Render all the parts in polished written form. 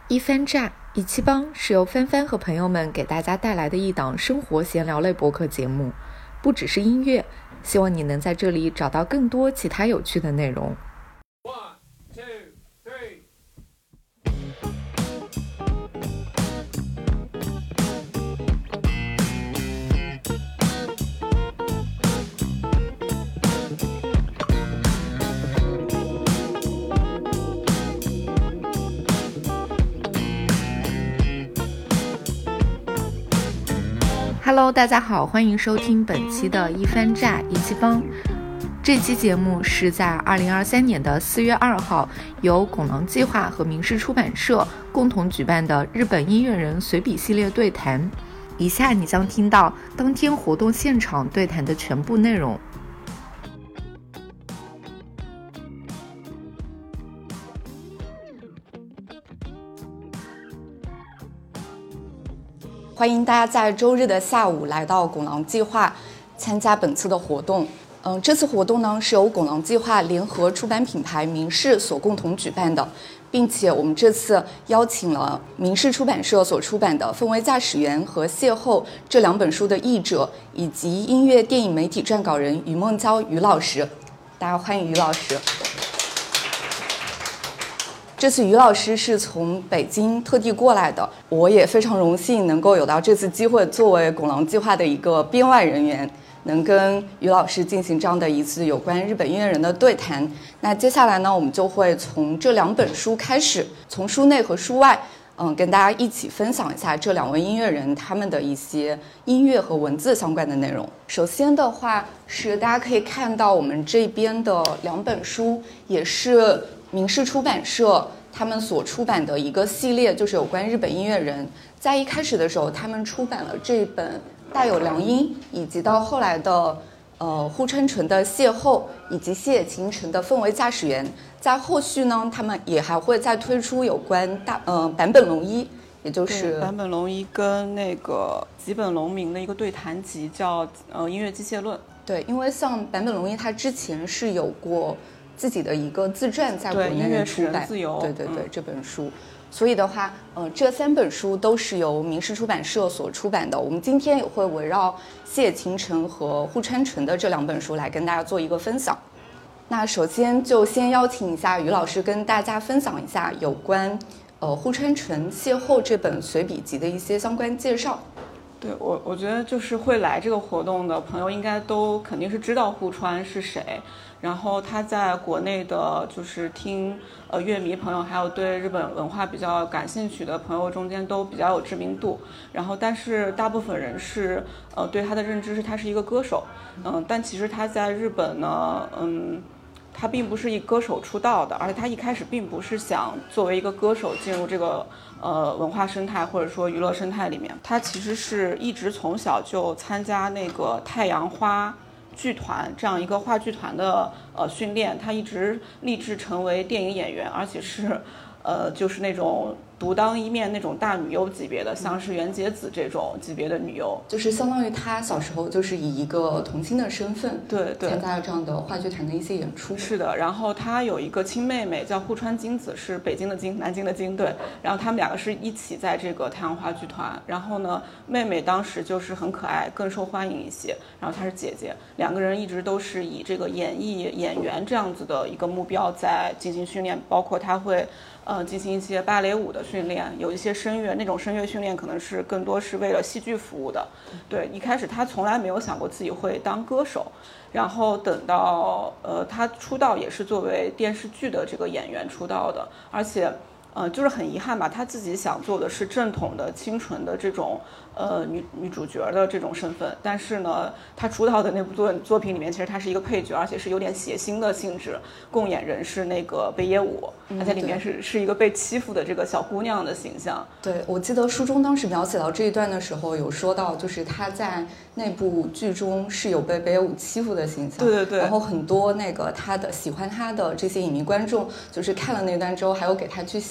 一番炸一气帮是由帆帆和朋友们给大家带来的一档生活闲聊类播客节目，不只是音乐，希望你能在这里找到更多其他有趣的内容。Hello， 大家好，欢迎收听本期的一番炸一气帮。这期节目是在2023年的4月2号，由拱廊计划和民视出版社共同举办的日本音乐人随笔系列对谈。以下你将听到当天活动现场对谈的全部内容。欢迎大家在周日的下午来到拱廊计划参加本次的活动。这次活动呢是由拱廊计划联合出版品牌民视所共同举办的，并且我们这次邀请了民视出版社所出版的《氛围驾驶员》和《邂逅》这两本书的译者，以及音乐电影媒体撰稿人于梦娇于老师。大家欢迎于老师。这次于老师是从北京特地过来的，我也非常荣幸能够有到这次机会，作为拱廊计划的一个编外人员，能跟于老师进行这样的一次有关日本音乐人的对谈。那接下来呢，我们就会从这两本书开始，从书内和书外，跟大家一起分享一下这两位音乐人他们的一些音乐和文字相关的内容。首先的话是大家可以看到我们这边的两本书，也是民视出版社他们所出版的一个系列，就是有关日本音乐人。在一开始的时候，他们出版了这本带有良音，以及到后来的户川纯的《邂逅》，以及谢野晴臣的《氛围驾驶员》。在后续呢，他们也还会再推出有关坂本龙一，也就是坂本龙一跟那个吉本龙明的一个对谈集，叫音乐机械论。 对，因为像坂本龙一他之前是有过自己的一个自传在国内出版， 自由， 对，这本书。所以的话，这三本书都是由民视出版社所出版的。我们今天也会围绕谢野晴臣和户川纯的这两本书来跟大家做一个分享。那首先就先邀请一下于老师跟大家分享一下有关户川纯《邂逅》这本随笔集的一些相关介绍。 对，我觉得就是会来这个活动的朋友应该都肯定是知道户川是谁，然后他在国内的就是听乐迷朋友还有对日本文化比较感兴趣的朋友中间都比较有知名度，然后但是大部分人是对他的认知是他是一个歌手，但其实他在日本呢他并不是以歌手出道的，而且他一开始并不是想作为一个歌手进入这个文化生态或者说娱乐生态里面。他其实是一直从小就参加那个太阳花剧团这样一个话剧团的训练，他一直立志成为电影演员，而且是就是那种独当一面那种大女优级别的，像是原节子这种级别的女优， 就是相当于她小时候就是以一个童星的身份对参加了这样的话剧团的一些演出。 是的，然后她有一个亲妹妹叫户川金子，是北京的京南京的京，对，然后他们两个是一起在这个太阳花剧团，然后呢妹妹当时就是很可爱更受欢迎一些，然后她是姐姐，两个人一直都是以这个演艺演员这样子的一个目标在进行训练，包括她会进行一些芭蕾舞的训练，有一些声乐，那种声乐训练可能是更多是为了戏剧服务的。对，一开始他从来没有想过自己会当歌手，然后等到他出道也是作为电视剧的这个演员出道的，而且就是很遗憾吧，他自己想做的是正统的清纯的这种女主角的这种身份，但是呢他出道的那部作品里面其实他是一个配角，而且是有点血腥的性质，共演人是那个北野武，他在里面是一个被欺负的这个小姑娘的形象。 对，我记得书中当时描写到这一段的时候有说到，就是他在那部剧中是有被北野武欺负的形象。 对， 然后很多那个他的喜欢他的这些影迷观众就是看了那段之后还有给他去写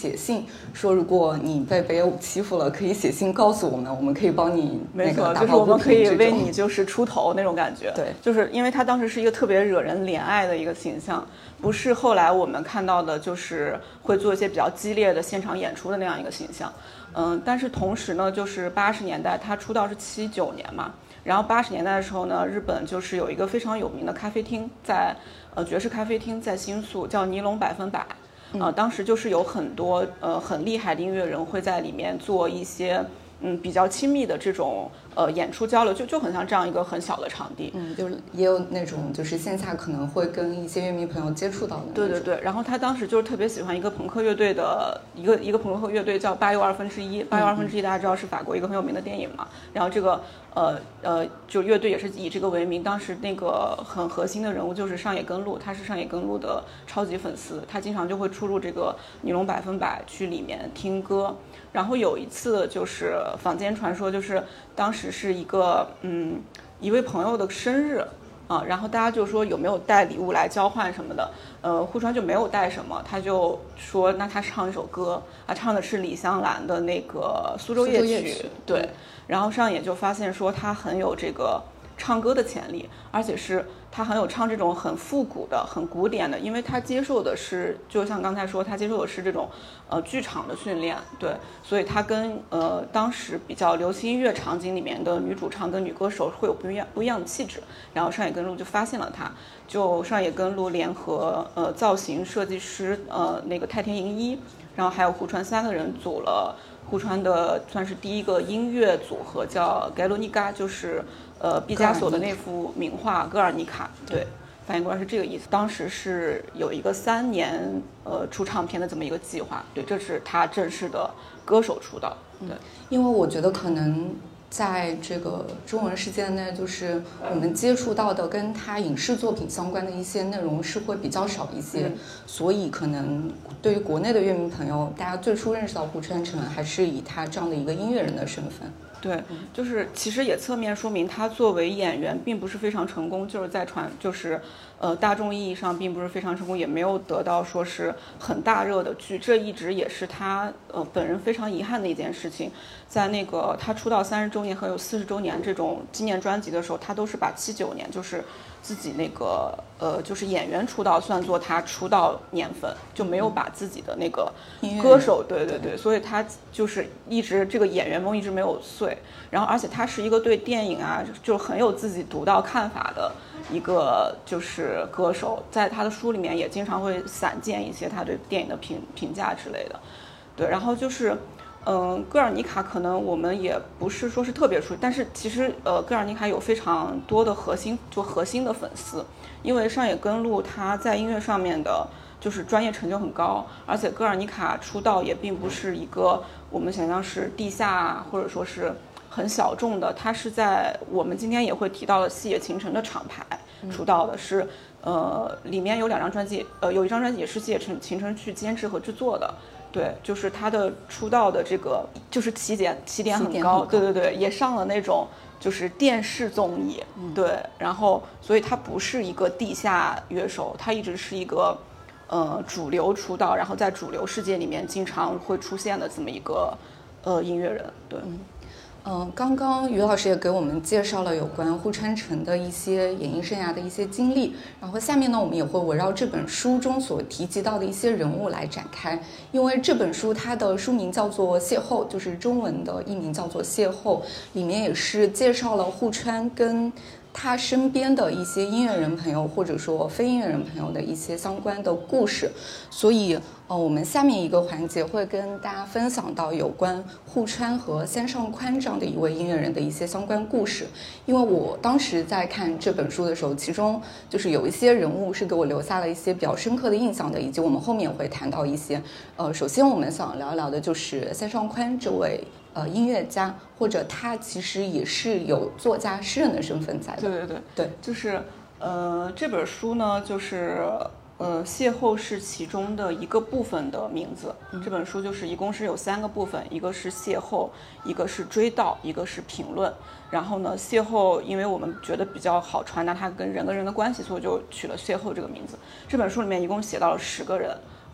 写信说，如果你被北野武欺负了，可以写信告诉我们，我们可以帮你那个打抱不平。 就是我们可以为你就是出头那种感觉。 对， 就是因为他当时是一个特别惹人怜爱的一个形象，不是后来我们看到的，就是会做一些比较激烈的现场演出的那样一个形象。但是同时呢，就是80年代，他出道是79年嘛，然后80年代的时候呢，日本就是有一个非常有名的咖啡厅，在爵士咖啡厅在新宿，叫尼龙100%。当时就是有很多很厉害的音乐人会在里面做一些比较亲密的这种演出交流，就很像这样一个很小的场地。 就是也有那种就是线下可能会跟一些乐迷朋友接触到的。 对对对，然后他当时就是特别喜欢一个朋克乐队的一个朋克乐队叫8又1/2，8又1/2大家知道是法国一个很有名的电影嘛，然后这个就乐队也是以这个为名，当时那个很核心的人物就是上野根路，他是上野根路的超级粉丝，他经常就会出入这个尼龙100%去里面听歌。然后有一次就是坊间传说，就是当时是一位朋友的生日然后大家就说有没有带礼物来交换什么的，户川就没有带什么，他就说那他唱一首歌，唱的是李香兰的那个苏州夜曲，对，然后上野就发现说他很有这个唱歌的潜力，而且是他很有唱这种很复古的、很古典的，因为他接受的是，就像刚才说，他接受的是这种剧场的训练，对，所以他跟当时比较流行音乐场景里面的女主唱跟女歌手会有不一样的气质。然后上野根路就发现了他，就上野根路联合造型设计师那个太田银一，然后还有户川3个人组了户川的算是第一个音乐组合，叫盖罗尼嘎，就是毕加索的那幅名画《戈尔尼卡》，对，翻译过来是这个意思。当时是有一个3年出唱片的这么一个计划，对，这是他正式的歌手出道。对， 因为我觉得可能在这个中文世界内，就是我们接触到的跟他影视作品相关的一些内容是会比较少一些，所以可能对于国内的乐迷朋友，大家最初认识到户川成还是以他这样的一个音乐人的身份。 对，就是其实也侧面说明他作为演员并不是非常成功，就是在大众意义上并不是非常成功，也没有得到说是很大热的剧，这一直也是他本人非常遗憾的一件事情。在那个他出道30周年和有40周年这种纪念专辑的时候，他都是把79年就是自己那个就是演员出道算作他出道年份，就没有把自己的那个歌手，对对对，所以他就是一直这个演员梦一直没有碎。然后而且他是一个对电影就很有自己独到看法的一个就是歌手，在他的书里面也经常会散见一些他对电影的评价之类的。对，然后就是戈尔尼卡可能我们也不是说是特别熟悉，但是其实戈尔尼卡有非常多的核心的粉丝，因为上野根路他在音乐上面的就是专业成就很高，而且戈尔尼卡出道也并不是一个我们想象是地下或者说是很小众的，他是在我们今天也会提到的细野晴臣的厂牌出道的，是里面有2张专辑，有一张专辑也是细野晴臣去监制和制作的。对，就是他的出道的这个就是起点很高，对对对，也上了那种就是电视综艺，对，然后所以他不是一个地下乐手，他一直是一个主流出道，然后在主流世界里面经常会出现的这么一个音乐人，对。 刚刚于老师也给我们介绍了有关户川成的一些演艺生涯的一些经历，然后下面呢，我们也会围绕这本书中所提及到的一些人物来展开。因为这本书它的书名叫做《邂逅》，就是中文的译名叫做《邂逅》，里面也是介绍了户川跟他身边的一些音乐人朋友或者说非音乐人朋友的一些相关的故事，所以我们下面一个环节会跟大家分享到有关户川和三上宽这样的一位音乐人的一些相关故事。因为我当时在看这本书的时候，其中就是有一些人物是给我留下了一些比较深刻的印象的，以及我们后面会谈到一些首先我们想聊一聊的就是三上宽这位音乐家，或者他其实也是有作家诗人的身份在的。 对对对对，就是这本书呢，就是邂逅是其中的一个部分的名字。这本书就是一共是有3个部分，一个是邂逅，一个是追悼，一个是评论。然后呢，邂逅因为我们觉得比较好传达它跟人的关系，所以就取了邂逅这个名字。这本书里面一共写到了10个人。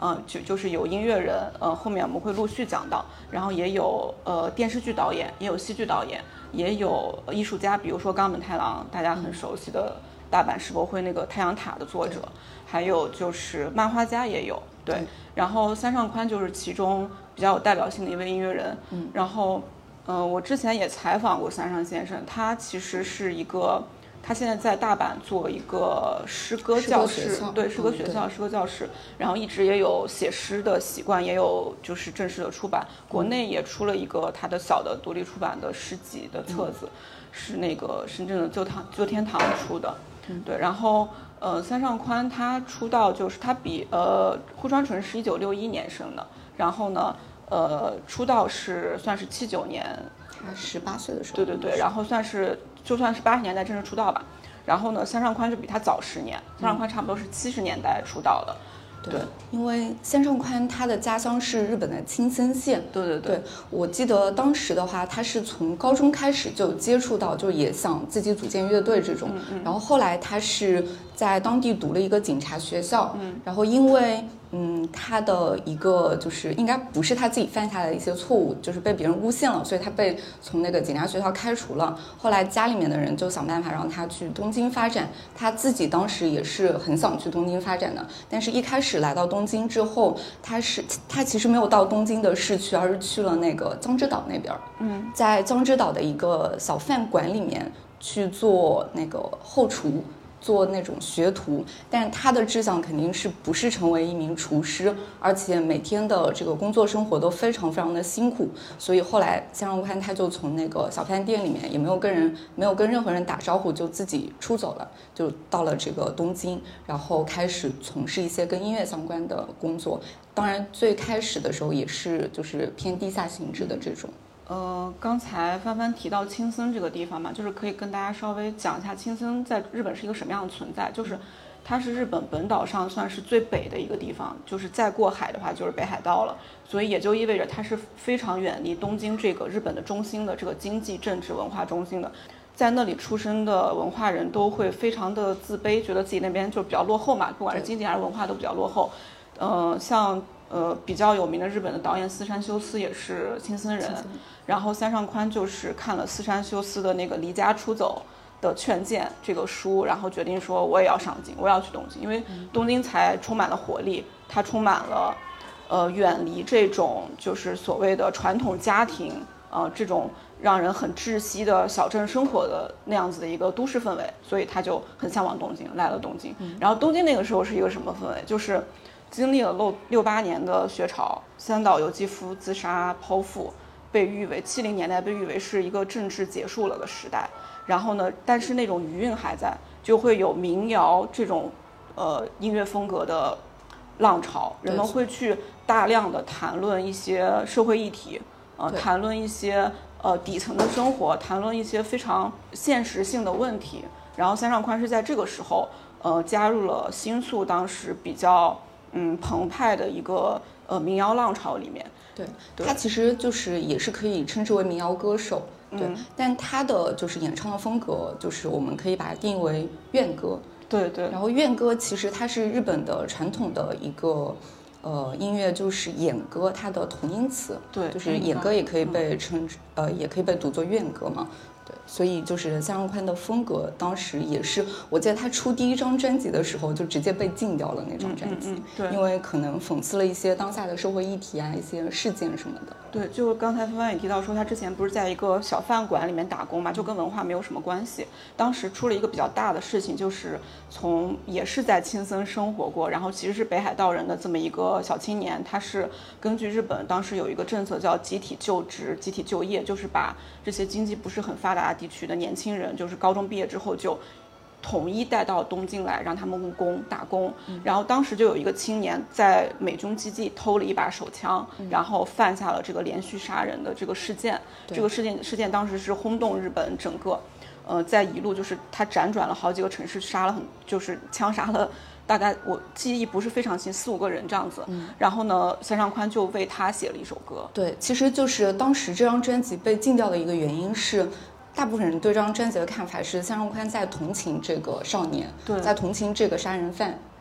就是有音乐人，后面我们会陆续讲到，然后也有电视剧导演，也有戏剧导演，也有艺术家，比如说冈本太郎，大家很熟悉的大阪世博会那个太阳塔的作者，还有就是漫画家也有，对，然后三上宽就是其中比较有代表性的一位音乐人，然后我之前也采访过三上先生，他其实是一个。他现在在大阪做一个诗歌教室，对，诗歌学校、诗歌教室，然后一直也有写诗的习惯，也有就是正式的出版，国内也出了一个他的小的独立出版的诗集的册子，是那个深圳的旧天堂出的，对，然后三上宽他出道就是他比户川纯是1961年生的，然后呢出道是算是79年， 他18岁的时候， 对对对，然后就算是80年代正式出道吧，然后呢，三上宽就比他早10年，三上宽差不多是70年代出道的。对， 因为三上宽他的家乡是日本的青森县。 对， 我记得当时的话，他是从高中开始就接触到，就也想自己组建乐队这种。然后后来他是在当地读了一个警察学校。然后因为他的一个就是应该不是他自己犯下的一些错误，就是被别人诬陷了，所以他被从那个警察学校开除了。后来家里面的人就想办法让他去东京发展，他自己当时也是很想去东京发展的，但是一开始来到东京之后，他其实没有到东京的市区，而是去了那个江之岛那边。在江之岛的一个小饭馆里面去做那个后厨。做那种学徒，但是他的志向肯定是不是成为一名厨师，而且每天的这个工作生活都非常非常的辛苦，所以后来三上宽他就从那个小饭店里面也没有跟任何人打招呼，就自己出走了，就到了这个东京，然后开始从事一些跟音乐相关的工作。当然最开始的时候也是就是偏地下性质的这种。 刚才帆帆提到青森这个地方嘛，就是可以跟大家稍微讲一下青森在日本是一个什么样的存在，就是它是日本本岛上算是最北的一个地方，就是再过海的话就是北海道了，所以也就意味着它是非常远离东京这个日本的中心的这个经济、政治、文化中心的。在那里出生的文化人都会非常的自卑，觉得自己那边就比较落后嘛，不管是经济还是文化都比较落后。像比较有名的日本的导演四山修斯也是青森人，然后三上宽就是看了四山修斯的那个离家出走的劝谏这个书，然后决定说我也要上京，我也要去东京，因为东京才充满了活力，它充满了远离这种就是所谓的传统家庭这种让人很窒息的小镇生活的那样子的一个都市氛围，所以他就很向往东京，来了东京。然后东京那个时候是一个什么氛围，就是经历了68年的学潮，三岛由纪夫自杀剖腹，被誉为70年代被誉为是一个政治结束了的时代。然后呢，但是那种余韵还在，就会有民谣这种音乐风格的浪潮，人们会去大量的谈论一些社会议题，谈论一些底层的生活，谈论一些非常现实性的问题。然后三上宽是在这个时候加入了新宿当时比较澎湃的一个民谣浪潮里面。 对，他其实就是也是可以称之为民谣歌手，对，但他的就是演唱的风格，就是我们可以把它定义为怨歌。 对对。 然后怨歌其实它是日本的传统的一个音乐，就是演歌，它的同音词， 对， 就是演歌也可以被称也可以被读作怨歌嘛。对，所以就是三上宽的风格，当时也是，我记得他出第一张专辑的时候就直接被禁掉了那张专辑， 对， 因为可能讽刺了一些当下的社会议题啊，一些事件什么的。 对，就刚才帆帆也提到说，他之前不是在一个小饭馆里面打工嘛，就跟文化没有什么关系。当时出了一个比较大的事情，就是也是在青森生活过，然后其实是北海道人的这么一个小青年，他是根据日本当时有一个政策叫集体就职、集体就业，就是把这些经济不是很发达地区的年轻人，就是高中毕业之后就统一带到东京来，让他们务工打工。然后当时就有一个青年在美军基地偷了一把手枪，然后犯下了这个连续杀人的这个事件。这个事件当时是轰动日本整个，在一路就是他辗转了好几个城市，就是枪杀了大概我记忆不是非常清，4-5个人这样子。然后呢，三上宽就为他写了一首歌。 对，其实就是当时这张专辑被禁掉的一个原因是，大部分人对这张专辑的看法是三上宽在同情这个少年，在同情这个杀人犯。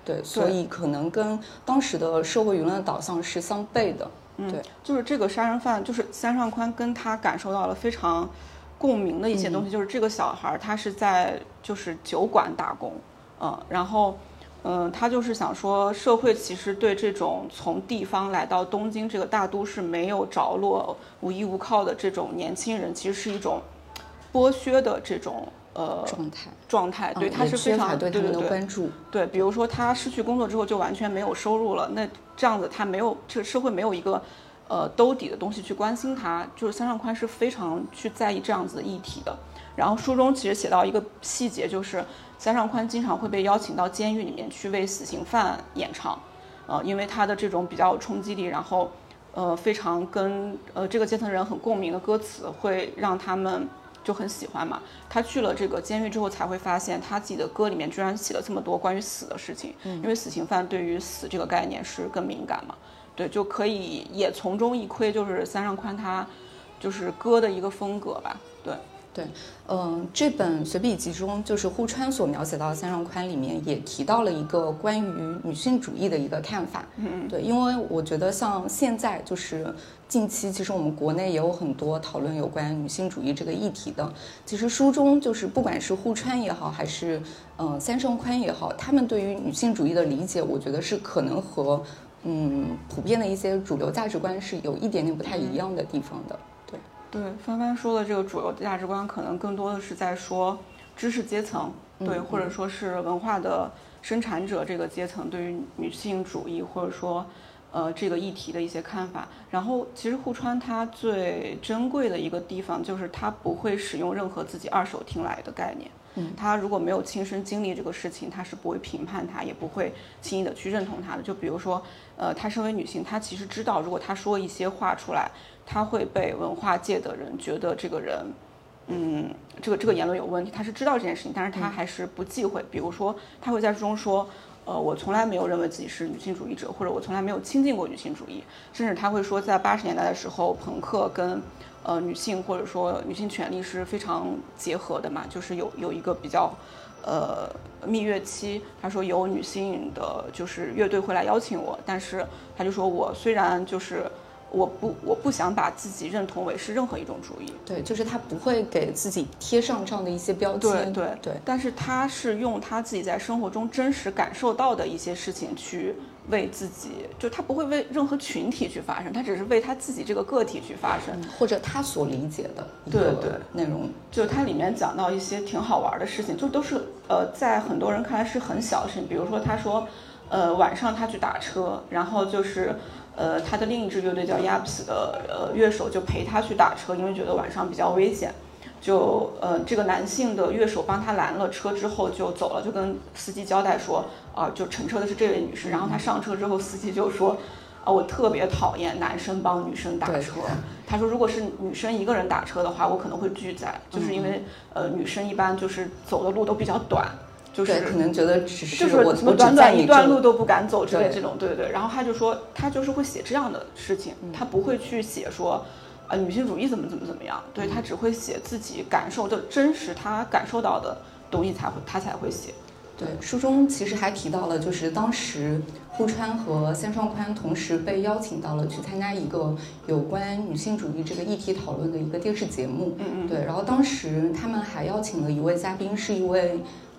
对，所以可能跟当时的社会舆论的导向是相悖的。对， 就是这个杀人犯，就是三上宽跟他感受到了非常共鸣的一些东西，就是这个小孩他是在就是酒馆打工，然后他就是想说，社会其实对这种从地方来到东京这个大都市没有着落、无依无靠的这种年轻人，其实是一种剥削的这种状态。对，他是非常对他们的关注。 对，比如说他失去工作之后就完全没有收入了，那这样子他没有这个社会没有一个兜底的东西去关心他，就是三上宽是非常去在意这样子的议题的。然后书中其实写到一个细节，就是三上宽经常会被邀请到监狱里面去为死刑犯演唱，因为他的这种比较有冲击力，然后非常跟这个阶层人很共鸣的歌词，会让他们就很喜欢嘛。他去了这个监狱之后，才会发现他自己的歌里面居然写了这么多关于死的事情，因为死刑犯对于死这个概念是更敏感嘛。对，就可以也从中一窥，就是三上宽他就是歌的一个风格吧。 对，这本随笔集中，就是户川所描写到的三上宽里面也提到了一个关于女性主义的一个看法。对，因为我觉得像现在就是近期，其实我们国内也有很多讨论有关女性主义这个议题的。其实书中就是不管是户川也好，还是三上宽也好，他们对于女性主义的理解，我觉得是可能和普遍的一些主流价值观是有一点点不太一样的地方的。 对，帆帆说的这个主流价值观，可能更多的是在说知识阶层，对，或者说是文化的生产者这个阶层对于女性主义或者说这个议题的一些看法。然后其实户川他最珍贵的一个地方，就是他不会使用任何自己二手听来的概念。他如果没有亲身经历这个事情，他是不会评判他，也不会轻易的去认同他的。就比如说，她身为女性，她其实知道，如果她说一些话出来，她会被文化界的人觉得这个人，这个言论有问题。她是知道这件事情，但是她还是不忌讳。比如说，她会在书中说，我从来没有认为自己是女性主义者，或者我从来没有亲近过女性主义。甚至她会说，在80年代的时候，朋克跟女性或者说女性权利是非常结合的嘛，就是有一个比较蜜月期。他说有女性的就是乐队会来邀请我，但是他就说我虽然就是我不想把自己认同为是任何一种主义。 对，就是他不会给自己贴上这样的一些标签。 对，但是他是用他自己在生活中真实感受到的一些事情去为自己，就他不会为任何群体去发声，他只是为他自己这个个体去发声， 或者他所理解的一个内容。 就它里面讲到一些挺好玩的事情，就都是在很多人看来是很小的事情。比如说他说晚上他去打车，然后就是他的另一支乐队叫 Yaps 的乐手就陪他去打车，因为觉得晚上比较危险。就这个男性的乐手帮他拦了车之后就走了，就跟司机交代说就乘车的是这位女士。然后他上车之后，司机就说我特别讨厌男生帮女生打车。他说如果是女生一个人打车的话，我可能会拒载，就是因为女生一般就是走的路都比较短，就是可能觉得只是就是我什么短短一段路都不敢走之类这种。对。然后他就说他就是会写这样的事情，他不会去写说女性主义怎么样。对，他只会写自己感受的真实他感受到的东西他才会写。 对，书中其实还提到了，就是当时户川和三上宽同时被邀请到了去参加一个有关女性主义这个议题讨论的一个电视节目。对，然后当时他们还邀请了一位嘉宾，是一位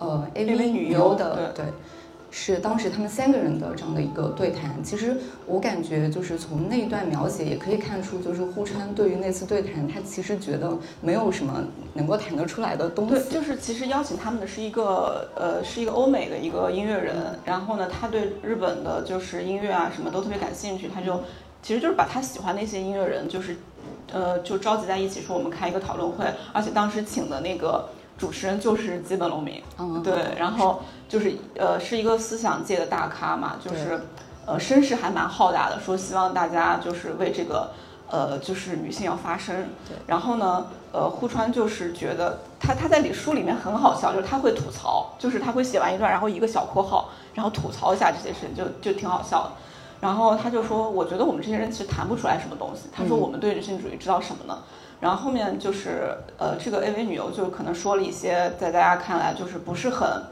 AV 女优的，对。是当时他们3个人的这样的一个对谈。其实我感觉就是从那一段描写也可以看出，就是户川对于那次对谈，他其实觉得没有什么能够谈得出来的东西。 对，就是其实邀请他们的是一个欧美的一个音乐人，然后呢，他对日本的就是音乐啊什么都特别感兴趣，他就其实就是把他喜欢的一些音乐人就是就召集在一起说我们开一个讨论会，而且当时请的那个主持人就是基本龙明。对，然后就是是一个思想界的大咖嘛，就是声势还蛮浩大的，说希望大家就是为这个就是女性要发声。 对， 然后呢户川就是觉得他在书里面很好笑，就是他会吐槽，就是他会写完一段然后一个小括号然后吐槽一下这些事情，就挺好笑的。然后他就说我觉得我们这些人其实谈不出来什么东西，他说我们对女性主义知道什么呢？然后后面就是这个 AV 女优就可能说了一些在大家看来就是不是很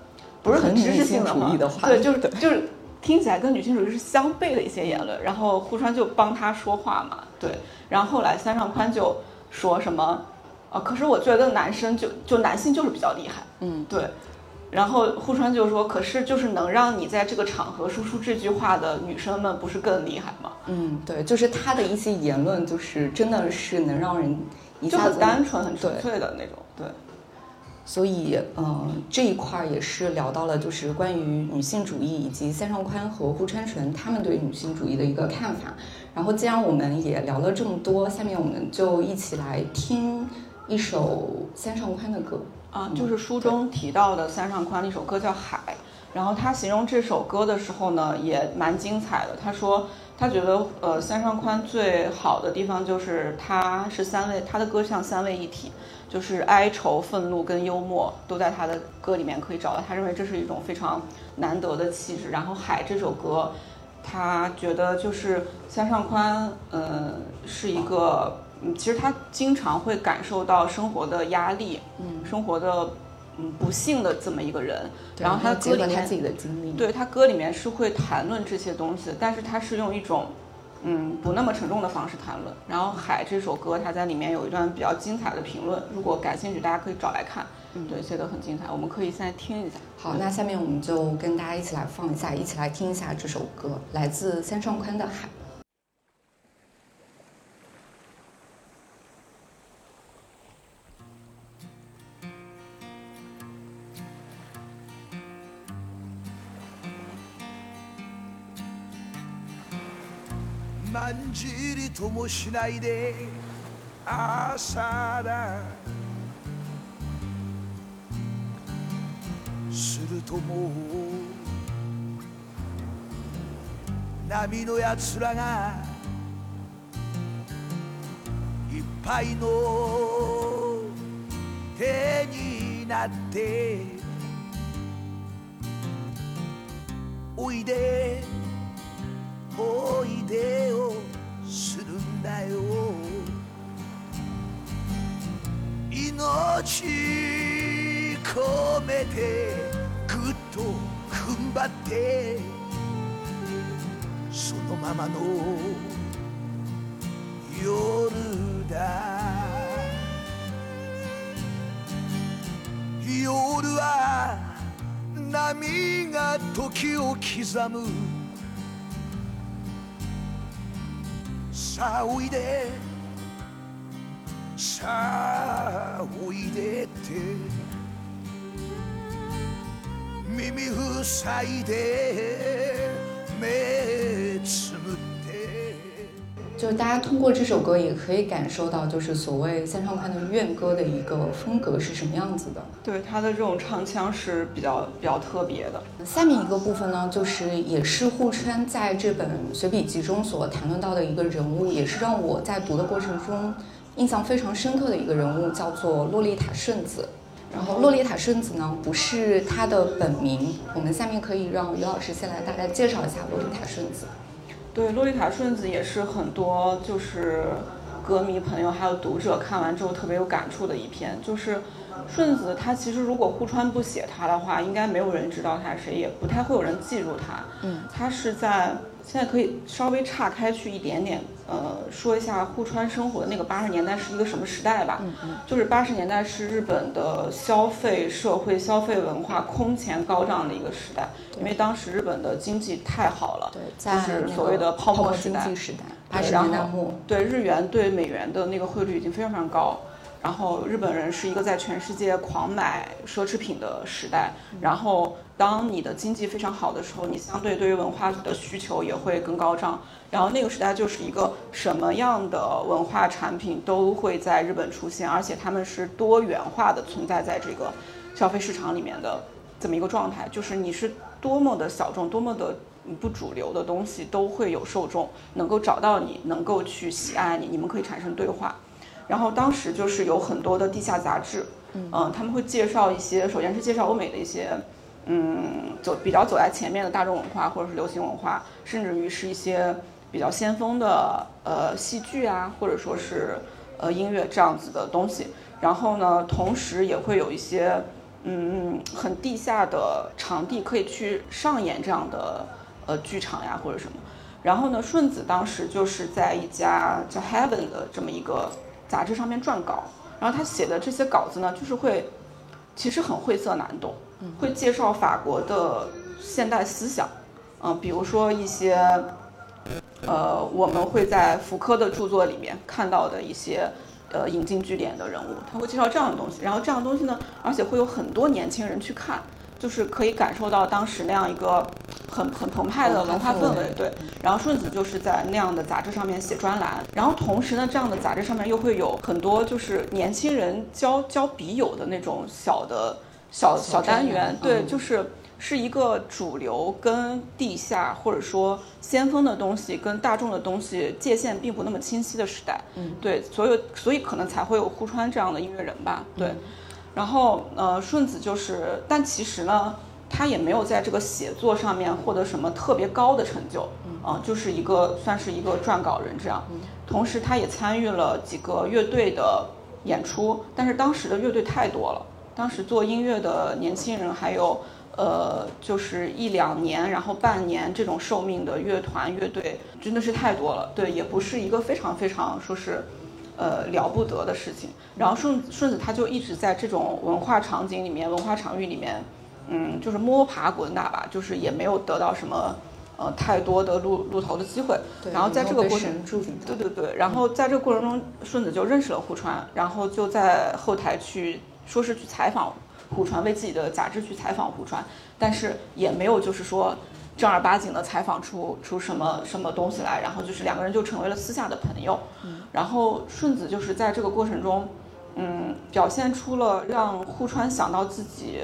不是很知识性的话， 对，就是听起来跟女性主义是相悖的一些言论，然后户川就帮他说话嘛，对，然后后来三上宽就说什么，可是我觉得男生就男性就是比较厉害，对，然后户川就说，可是就是能让你在这个场合说出这句话的女生们不是更厉害吗？ 对，就是他的一些言论，就是真的是能让人一下子就很单纯、很纯粹的那种，对。 所以，这一块也是聊到了，就是关于女性主义以及三上宽和户川纯他们对女性主义的一个看法。然后，既然我们也聊了这么多，下面我们就一起来听一首三上宽的歌就是书中提到的三上宽的一首歌叫《海》。然后他形容这首歌的时候呢，也蛮精彩的。他说，他觉得三上宽最好的地方就是他的歌像三位一体。就是哀愁、愤怒跟幽默都在他的歌里面可以找到，他认为这是一种非常难得的气质。然后《海》这首歌，他觉得就是三上宽，是一个，其实他经常会感受到生活的压力，生活的不幸的这么一个人。然后他歌里面他自己的经历， 对他歌里面是会谈论这些东西，但是他是用一种不那么沉重的方式谈论。然后《海》这首歌，它在里面有一段比较精彩的评论，如果感兴趣，大家可以找来看。对，写得很精彩，我们可以现在听一下。 好，那下面我们就跟大家一起来放一下，一起来听一下这首歌，来自三上宽的《海》。 まんじりともしないで朝だするともう波のやつらがいっぱいの手になっておいでおいでをするんだよ命込めてぐっと踏ん張ってそのままの夜だ夜は波が時を刻むさあおいでさあおいでって耳塞いで目つむって就是大家通过这首歌也可以感受到，就是所谓三上宽的怨歌的一个风格是什么样子的。 对，他的这种唱腔是比较特别的。 下面一个部分呢，就是也是户川在这本随笔集中所谈论到的一个人物，也是让我在读的过程中印象非常深刻的一个人物，叫做洛丽塔顺子。然后洛丽塔顺子呢，不是她的本名，我们下面可以让于老师先来大概介绍一下洛丽塔顺子。 对，洛丽塔顺子也是很多就是歌迷朋友还有读者看完之后特别有感触的一篇。就是顺子她其实如果户川不写她的话，应该没有人知道她是谁，也不太会有人记住她。她是在现在可以稍微岔开去一点点，说一下户川生活的那个80年代是一个什么时代吧。就是80年代是日本的消费社会、消费文化空前高涨的一个时代，因为当时日本的经济太好了，就是所谓的泡沫经济时代，80 年代末， 对日元对美元的那个汇率已经非常非常高。然后日本人是一个在全世界狂买奢侈品的时代，然后当你的经济非常好的时候，你相对于文化的需求也会更高涨。然后那个时代就是一个什么样的文化产品都会在日本出现，而且他们是多元化的存在在这个消费市场里面的这么一个状态，就是你是多么的小众，多么的不主流的东西都会有受众能够找到你，能够去喜爱你，你们可以产生对话。然后当时就是有很多的地下杂志，他们会介绍一些，首先是介绍欧美的一些，比较走在前面的大众文化或者是流行文化，甚至于是一些比较先锋的戏剧啊，或者说是音乐这样子的东西。然后呢，同时也会有一些很地下的场地可以去上演这样的剧场呀或者什么。然后呢，顺子当时就是在一家叫 Heaven 的这么一个杂志上面撰稿，然后他写的这些稿子呢，就是其实很晦涩难懂，会介绍法国的现代思想，比如说一些我们会在福柯的著作里面看到的一些引经据典的人物，他会介绍这样的东西，然后这样的东西呢，而且会有很多年轻人去看，就是可以感受到当时那样一个很澎湃的文化氛围。对，然后顺子就是在那样的杂志上面写专栏，然后同时呢，这样的杂志上面又会有很多就是年轻人交笔友的那种小单元，对，是一个主流跟地下或者说先锋的东西跟大众的东西界限并不那么清晰的时代。对，所以可能才会有户川这样的音乐人吧。对，然后顺子就是，但其实呢，他也没有在这个写作上面获得什么特别高的成就，就是算是一个撰稿人这样。同时，他也参与了几个乐队的演出，但是当时的乐队太多了，当时做音乐的年轻人还有就是1-2年，然后半年这种寿命的乐团乐队真的是太多了。对，也不是一个非常非常说是了不得的事情。然后顺子他就一直在这种文化场景里面、文化场域里面，就是摸爬滚打吧，就是也没有得到什么太多的露头的机会。然后在这个过程，对，然后在这个过程中，顺子就认识了户川，然后就在后台去采访户川，为自己的杂志去采访户川，但是也没有就是说正儿八经的采访出什么东西来，然后就是2个人就成为了私下的朋友。然后顺子就是在这个过程中，表现出了让户川想到自己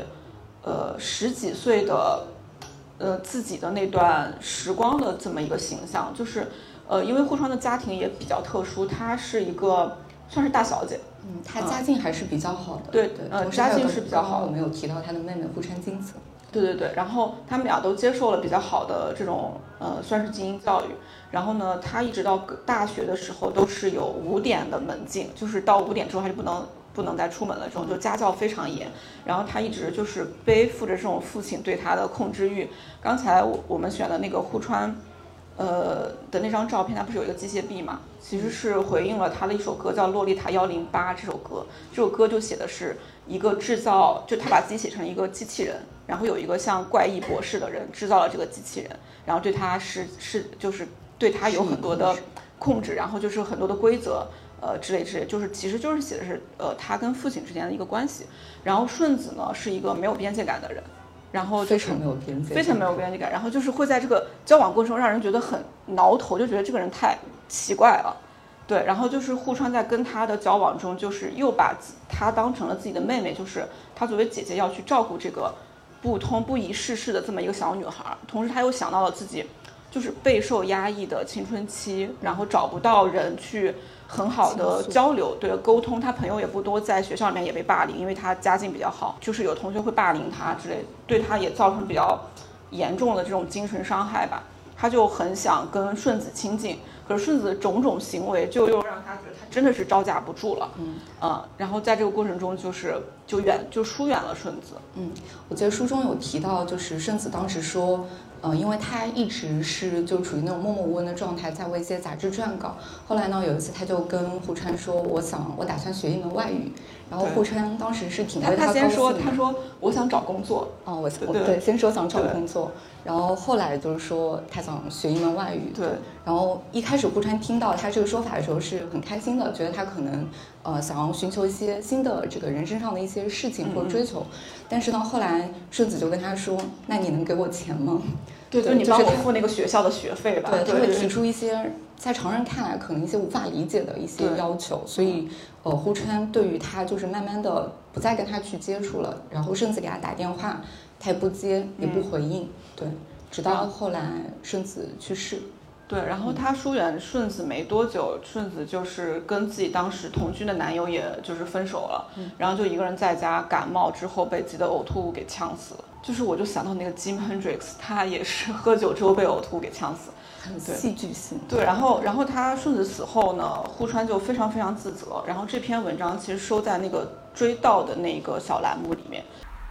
10几岁的自己的那段时光的这么一个形象，就是因为户川的家庭也比较特殊，她是一个算是大小姐。 她家境还是比较好的。 对，家境是比较好的。 我们有提到她的妹妹户川金子。 对，然后他们俩都接受了比较好的这种算是精英教育。然后呢，他一直到大学的时候都是有5点的门禁，就是到5点之后他就不能再出门了，这种就家教非常严。然后他一直就是背负着这种父亲对他的控制欲。刚才我们选的那个户川的那张照片，它不是有一个机械臂嘛？其实是回应了他的一首歌叫《洛丽塔108》这首歌。这首歌就写的是一个制造，就他把自己写成一个机器人，然后有一个像怪异博士的人制造了这个机器人，然后对他就是对他有很多的控制，然后就是很多的规则之类，就是其实就是写的是他跟父亲之间的一个关系。然后顺子呢是一个没有边界感的人。然后非常没有边界感， 非常没有边界感，然后就是会在这个交往过程中让人觉得很挠头，就觉得这个人太奇怪了。对，然后就是户川在跟他的交往中，就是又把他当成了自己的妹妹，就是他作为姐姐要去照顾这个不宜世事的这么一个小女孩，同时他又想到了自己就是备受压抑的青春期，然后找不到人去很好的交流，对，沟通，他朋友也不多，在学校里面也被霸凌，因为他家境比较好，就是有同学会霸凌他之类，对他也造成比较严重的这种精神伤害吧。他就很想跟顺子亲近，可是顺子的种种行为就又让他觉得他真的是招架不住了。然后在这个过程中就疏远了顺子。 我记得书中有提到，就是顺子当时说因为他一直是就处于那种默默无闻的状态，在为一些杂志撰稿。后来呢，有一次他就跟户川说，我打算学一门外语。然后户川当时是挺为他高兴的。 他说我想找工作。 对，先说想找工作，然后后来就是说他想学一门外语。 对。 然后一开始户川听到他这个说法的时候是很开心的，觉得他可能想要寻求一些新的这个人生上的一些事情或者追求。但是呢，后来顺子就跟他说，那你能给我钱吗？ 对，就你帮我付那个学校的学费吧。 对，他会提出一些在常人看来可能一些无法理解的一些要求，所以户川对于他就是慢慢的不再跟他去接触了，然后顺子给他打电话，他也不接也不回应。对，直到后来顺子去世。 对，然后他疏远顺子没多久，顺子就是跟自己当时同居的男友也就是分手了，然后就一个人在家感冒之后被自己的呕吐物给呛死了。就是我就想到那个 Jim Hendrix， 他也是喝酒之后被呕吐物给呛死， 很戏剧性。 对，然后他顺子死后呢，户川就非常非常自责。然后这篇文章其实收在那个追悼的那个小栏目里面。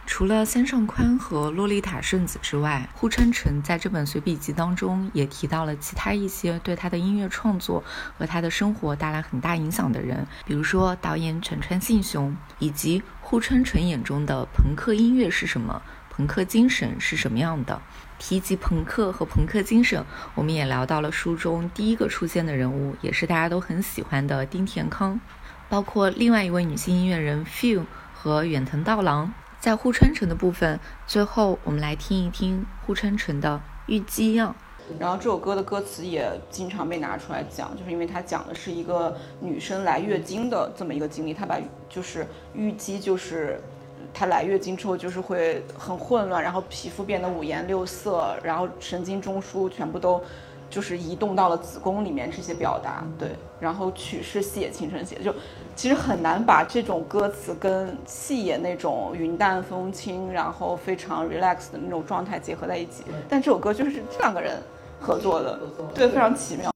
除了三上宽和洛丽塔顺子之外，户川纯在这本随笔集当中也提到了其他一些对他的音乐创作和他的生活带来很大影响的人，比如说导演犬川信雄，以及户川纯眼中的朋克音乐是什么，朋克精神是什么样的。提及朋克和朋克精神，我们也聊到了书中第一个出现的人物，也是大家都很喜欢的丁田康，包括另外一位女性音乐人 Few 和远藤道郎。在户川纯的部分，最后我们来听一听户川纯的玉姬样。 然后这首歌的歌词也经常被拿出来讲，就是因为它讲的是一个女生来月经的这么一个经历。它把就是玉姬，就是她来月经之后就是会很混乱，然后皮肤变得五颜六色，然后神经中枢全部都就是移动到了子宫里面，这些表达。对，然后曲是细野晴臣写的，就其实很难把这种歌词跟细野那种云淡风轻然后非常 relax 的那种状态结合在一起，但这首歌就是这两个人合作的，对，非常奇妙。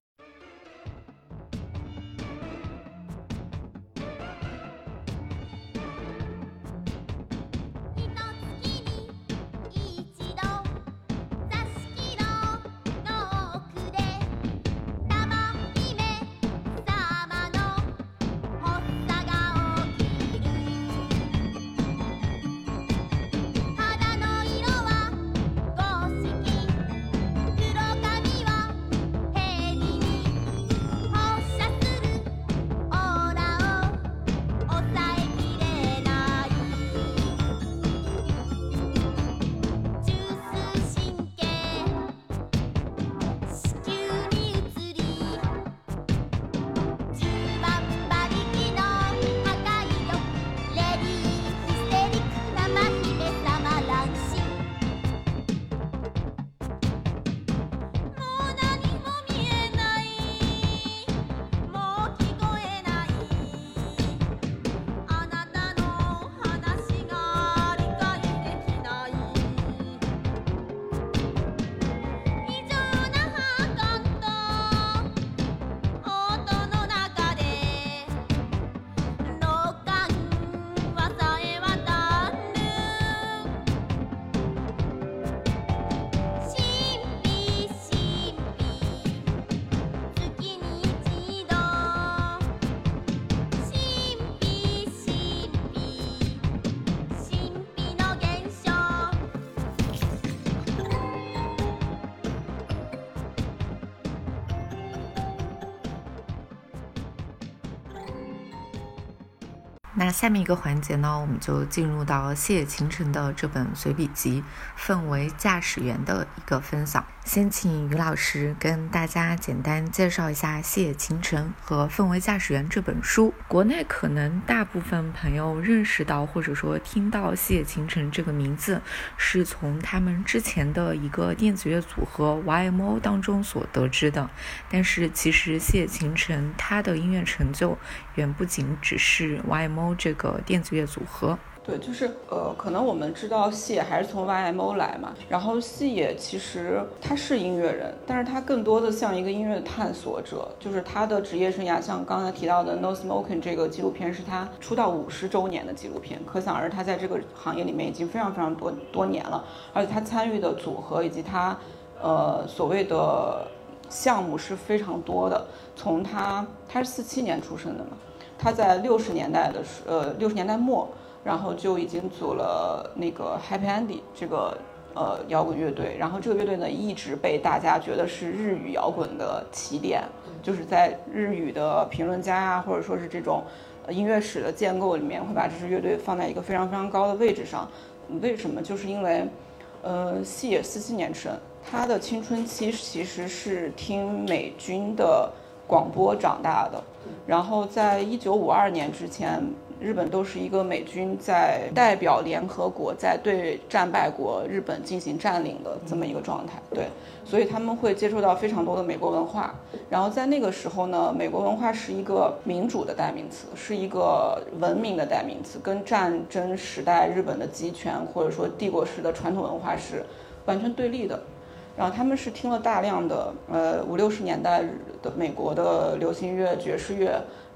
那下面一个环节呢，我们就进入到细野晴臣的这本随笔集《氛围驾驶员》的一个分享。先请于老师跟大家简单介绍一下细野晴臣和《氛围驾驶员》这本书。国内可能大部分朋友认识到或者说听到细野晴臣这个名字，是从他们之前的一个电子乐组合 YMO 当中所得知的。但是其实细野晴臣他的音乐成就远不仅只是 YMO 这个电子乐组合。 对，就是可能我们知道细野还是从 YMO 来嘛，然后细野其实他是音乐人，但是他更多的像一个音乐探索者，就是他的职业生涯，像刚才提到的 No Smoking 这个纪录片是他出道50周年的纪录片，可想而知他在这个行业里面已经非常非常多年了，而且他参与的组合以及他所谓的项目是非常多的。从他是47年出生的嘛，他在60年代末，然后就已经组了那个 Happy Andy 这个摇滚乐队，然后这个乐队呢一直被大家觉得是日语摇滚的起点，就是在日语的评论家啊，或者说是这种音乐史的建构里面，会把这支乐队放在一个非常非常高的位置上。为什么？就是因为细野47年生，他的青春期其实是听美军的广播长大的，然后在1952年之前，日本都是一个美军在代表联合国在对战败国日本进行占领的这么一个状态。对，所以他们会接触到非常多的美国文化，然后在那个时候呢，美国文化是一个民主的代名词，是一个文明的代名词，跟战争时代日本的集权或者说帝国式的传统文化是完全对立的。然后他们是听了大量的50、60年代的美国的流行乐、爵士乐，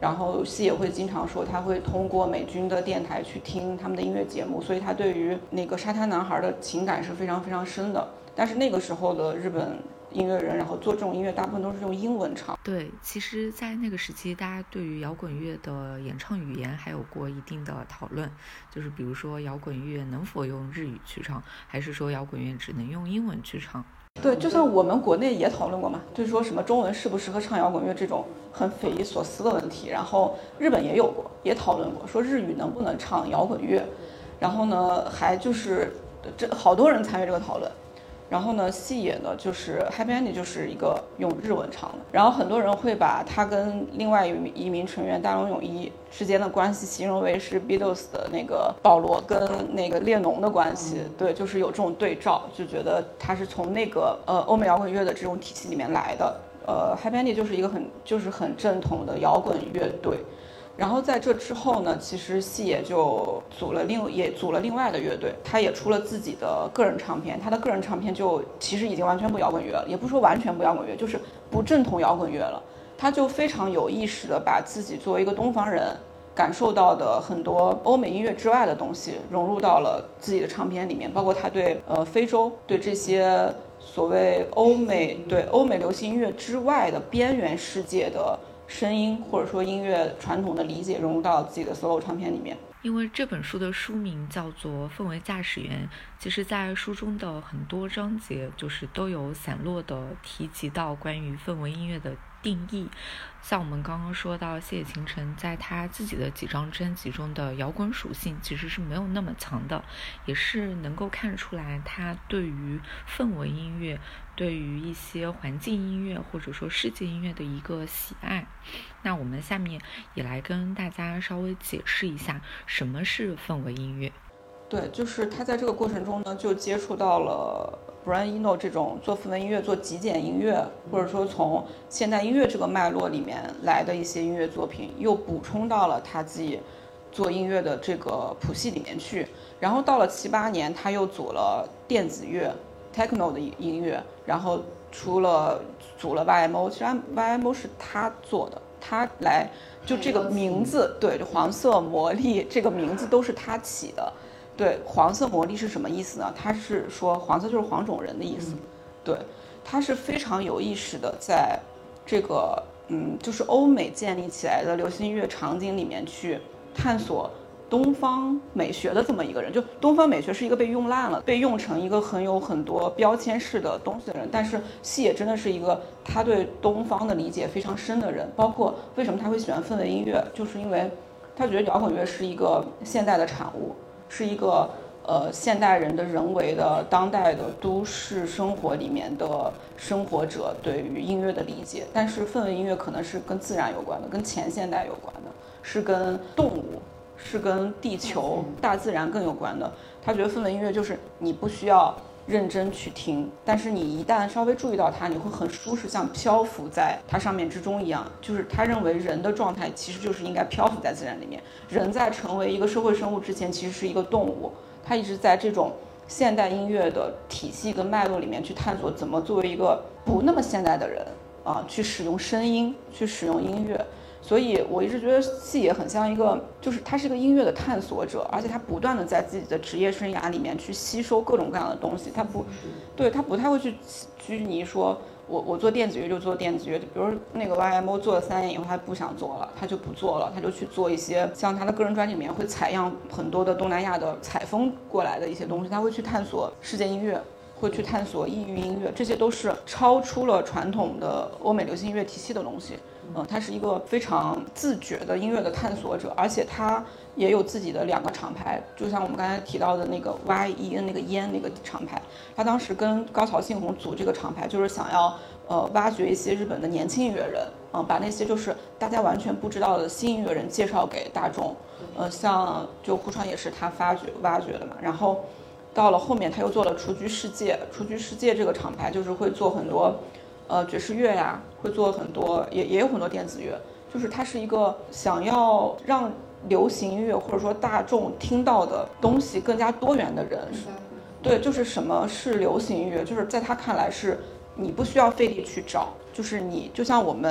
然后细野会经常说他会通过美军的电台去听他们的音乐节目，所以他对于那个沙滩男孩的情感是非常非常深的。但是那个时候的日本音乐人，然后做这种音乐大部分都是用英文唱。 对，其实在那个时期大家对于摇滚乐的演唱语言还有过一定的讨论，就是比如说摇滚乐能否用日语去唱，还是说摇滚乐只能用英文去唱。 对，就像我们国内也讨论过嘛，就是说什么中文适不适合唱摇滚乐这种很匪夷所思的问题，然后日本也有过，也讨论过，说日语能不能唱摇滚乐，然后呢还就是这好多人参与这个讨论。然后呢，细野呢就是 Happy Andy 就是一个用日文唱的，然后很多人会把他跟另外一名成员大龙泳衣之间的关系形容为是 Beatles 的那个保罗跟那个列侬的关系，对，就是有这种对照，就觉得他是从那个欧美摇滚乐的这种体系里面来的。Happy Andy 就是一个很正统的摇滚乐队。然后在这之后呢，其实细野就组了另外的乐队，他也出了自己的个人唱片。他的个人唱片就其实已经完全不摇滚乐了，也不是说完全不摇滚乐，就是不正统摇滚乐了。他就非常有意识的把自己作为一个东方人感受到的很多欧美音乐之外的东西融入到了自己的唱片里面，包括他对非洲对这些所谓欧美流行音乐之外的边缘世界的声音或者说音乐传统的理解融入到自己的 solo 唱片里面。 因为这本书的书名叫做《氛围驾驶员》，其实在书中的很多章节就是都有散落的提及到关于氛围音乐的定义。像我们刚刚说到细野晴臣在他自己的几张专辑中的摇滚属性其实是没有那么强的，也是能够看出来他对于氛围音乐对于一些环境音乐或者说世界音乐的一个喜爱。那我们下面也来跟大家稍微解释一下什么是氛围音乐。 对，就是他在这个过程中呢就接触到了Brian Eno 这种做氛围音乐做极简音乐或者说从现代音乐这个脉络里面来的一些音乐作品，又补充到了他自己做音乐的这个谱系里面去。然后到了78年他又组了电子乐 Techno 的音乐，然后组了 YMO。 其实 YMO 是他做的，他来就这个名字，对，就黄色魔力这个名字都是他起的。对，黄色魔力是什么意思呢？他是说黄色就是黄种人的意思。对，他是非常有意识的在这个就是欧美建立起来的流行音乐场景里面去探索东方美学的这么一个人。就东方美学是一个被用烂了，被用成一个有很多标签式的东西的人，但是细野真的是一个他对东方的理解非常深的人。包括为什么他会喜欢氛围音乐，就是因为他觉得摇滚乐是一个现代的产物，是一个现代人的人为的当代的都市生活里面的生活者对于音乐的理解。但是氛围音乐可能是跟自然有关的，跟前现代有关的，是跟动物，是跟地球大自然更有关的。他觉得氛围音乐就是你不需要认真去听，但是你一旦稍微注意到它，你会很舒适，像漂浮在它上面之中一样。就是他认为人的状态其实就是应该漂浮在自然里面，人在成为一个社会生物之前其实是一个动物。他一直在这种现代音乐的体系跟脉络里面去探索怎么作为一个不那么现代的人去使用声音，去使用音乐。所以我一直觉得细野很像一个，就是他是一个音乐的探索者，而且他不断的在自己的职业生涯里面去吸收各种各样的东西。他不太会去拘泥说我做电子乐就做电子乐，比如那个 YMO 做了3年以后他不想做了，他就不做了，他就去做一些像他的个人专辑里面会采样很多的东南亚的采风过来的一些东西，他会去探索世界音乐，会去探索异域音乐，这些都是超出了传统的欧美流行音乐体系的东西。他是一个非常自觉的音乐的探索者，而且他也有自己的2个厂牌，就像我们刚才提到的那个 YEN 那个烟那个厂牌。他当时跟高桥幸宏组这个厂牌，就是想要挖掘一些日本的年轻音乐人，把那些就是大家完全不知道的新音乐人介绍给大众。像就户川也是他挖掘的嘛。然后到了后面他又做了雏菊世界这个厂牌，就是会做很多爵士乐呀，会做很多也有很多电子乐。就是他是一个想要让流行音乐或者说大众听到的东西更加多元的人。对，就是什么是流行音乐，就是在他看来是你不需要费力去找，就是你就像我们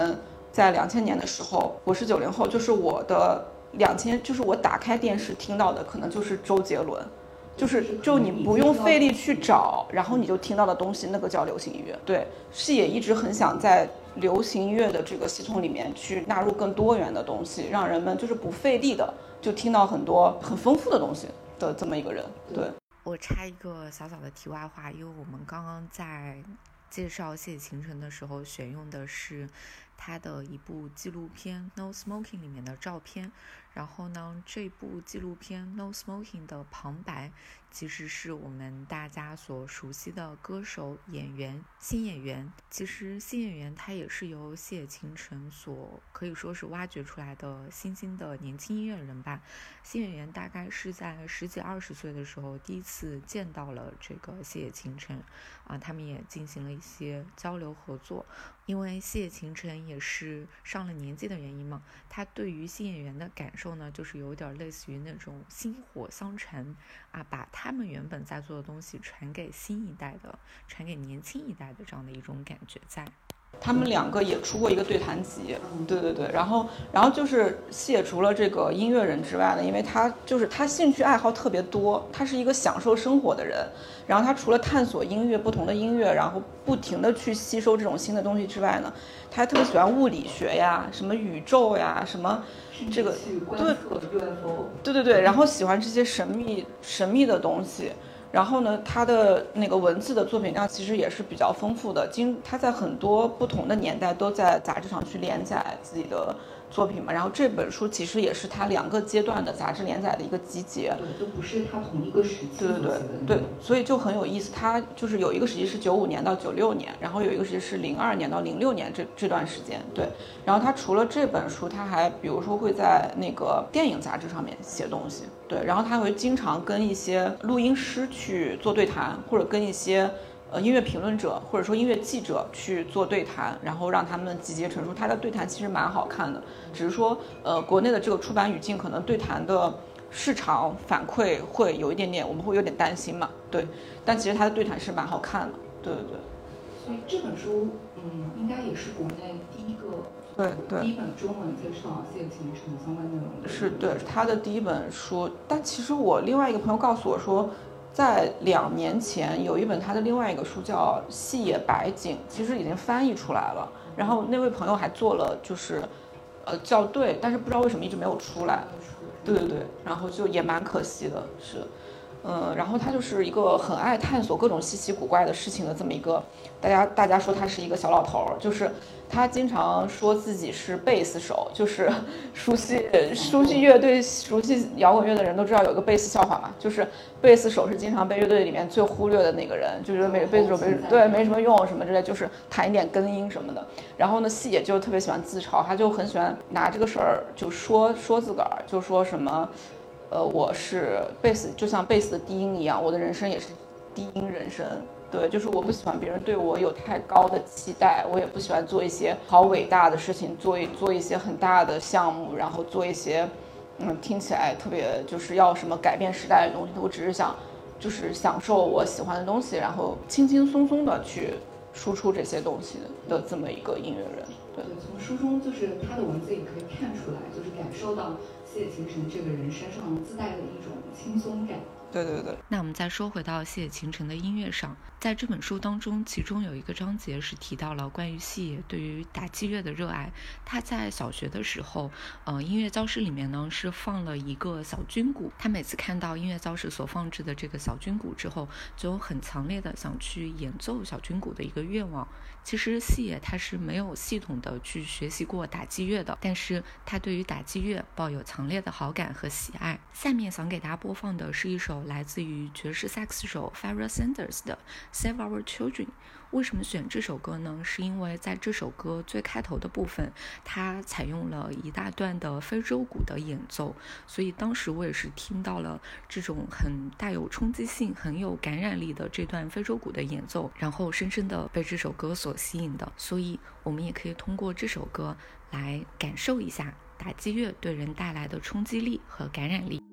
在2000年的时候，我是90后，就是我的就是我打开电视听到的可能就是周杰伦，就你不用费力去找，然后你就听到的东西，那个叫流行音乐。对，是也一直很想在流行音乐的这个系统里面去纳入更多元的东西，让人们就是不费力的就听到很多很丰富的东西的这么一个人。对， 我插一个小小的题外话，因为我们刚刚在介绍谢晴晨的时候选用的是他的一部纪录片《No Smoking》里面的照片，然后呢，这部纪录片《No Smoking》的旁白其实是我们大家所熟悉的歌手、演员、新演员。其实新演员他也是由谢晴晨所可以说是挖掘出来的新兴的年轻音乐人吧。新演员大概是在10几20岁的时候第一次见到了这个谢晴晨他们也进行了一些交流合作。因为谢晴晨也是上了年纪的原因嘛，他对于新演员的感受呢，就是有点类似于那种薪火相传把他们原本在做的东西传给新一代的，传给年轻一代的这样的一种感觉在。 他们2个也出过一个对谈集，对，然后就是谢除了这个音乐人之外呢，因为他兴趣爱好特别多，他是一个享受生活的人，然后他除了探索音乐不同的音乐，然后不停的去吸收这种新的东西之外呢，他还特别喜欢物理学呀，什么宇宙呀，什么这个对，然后喜欢这些神秘的东西。然后呢，他的那个文字的作品量其实也是比较丰富的，他在很多不同的年代都在杂志上去连载自己的作品嘛。然后这本书其实也是他2个阶段的杂志连载的一个集结， 对，就不是他同一个时期。 对，所以就很有意思。他就是有一个时期是95年到96年，然后有一个时期是02年到06年这段时间。对，然后他除了这本书，他还比如说会在那个电影杂志上面写东西。对，然后他会经常跟一些录音师去做对谈，或者跟一些音乐评论者或者说音乐记者去做对谈，然后让他们集结成书。他的对谈其实蛮好看的，只是说国内的这个出版语境可能对谈的市场反馈会有一点点，我们会有点担心嘛。对，但其实他的对谈是蛮好看的。对。 所以这本书应该也是国内第一一本中文介绍谢晴晨相关内容的。 是对他的第一本书。但其实我另外一个朋友告诉我说，在2年前有一本他的另外一个书叫《细野白景》，其实已经翻译出来了。然后那位朋友还做了就是校对，但是不知道为什么一直没有出来。对，然后就也蛮可惜的，是。然后他就是一个很爱探索各种稀奇古怪的事情的这么一个，大家说他是一个小老头，就是他经常说自己是贝斯手，就是熟悉乐队、熟悉摇滚乐的人都知道有个贝斯笑话嘛，就是贝斯手是经常被乐队里面最忽略的那个人，就觉得贝斯手没什么用什么之类，就是弹一点根音什么的。然后呢，细野就特别喜欢自嘲，他就很喜欢拿这个事儿就说自个儿，就说什么。我是贝斯，就像贝斯的低音一样，我的人生也是低音人生。对，就是我不喜欢别人对我有太高的期待，我也不喜欢做一些好伟大的事情，做一些很大的项目，然后做一些听起来特别就是要什么改变时代的东西。我只是想就是享受我喜欢的东西，然后轻轻松松的去输出这些东西的这么一个音乐人。对， 从书中就是他的文字也可以看出来，就是感受到谢晴晨这个人身上自带的一种轻松感。 对。 那我们再说回到谢晴晨的音乐上，在这本书当中，其中有一个章节是提到了关于细野对于打击乐的热爱。他在小学的时候，音乐教室里面呢是放了一个小军鼓，他每次看到音乐教室所放置的这个小军鼓之后，就有很强烈的想去演奏小军鼓的一个愿望。其实细野他是没有系统的去学习过打击乐的，但是他对于打击乐抱有强烈的好感和喜爱。下面想给大家播放的是一首来自于爵士萨克斯手 Pharoah Sanders 的 Save Our Children。 为什么选这首歌呢？是因为在这首歌最开头的部分，它采用了一大段的非洲鼓的演奏，所以当时我也是听到了这种很带有冲击性、很有感染力的这段非洲鼓的演奏，然后深深的被这首歌所吸引的。所以我们也可以通过这首歌来感受一下打击乐对人带来的冲击力和感染力。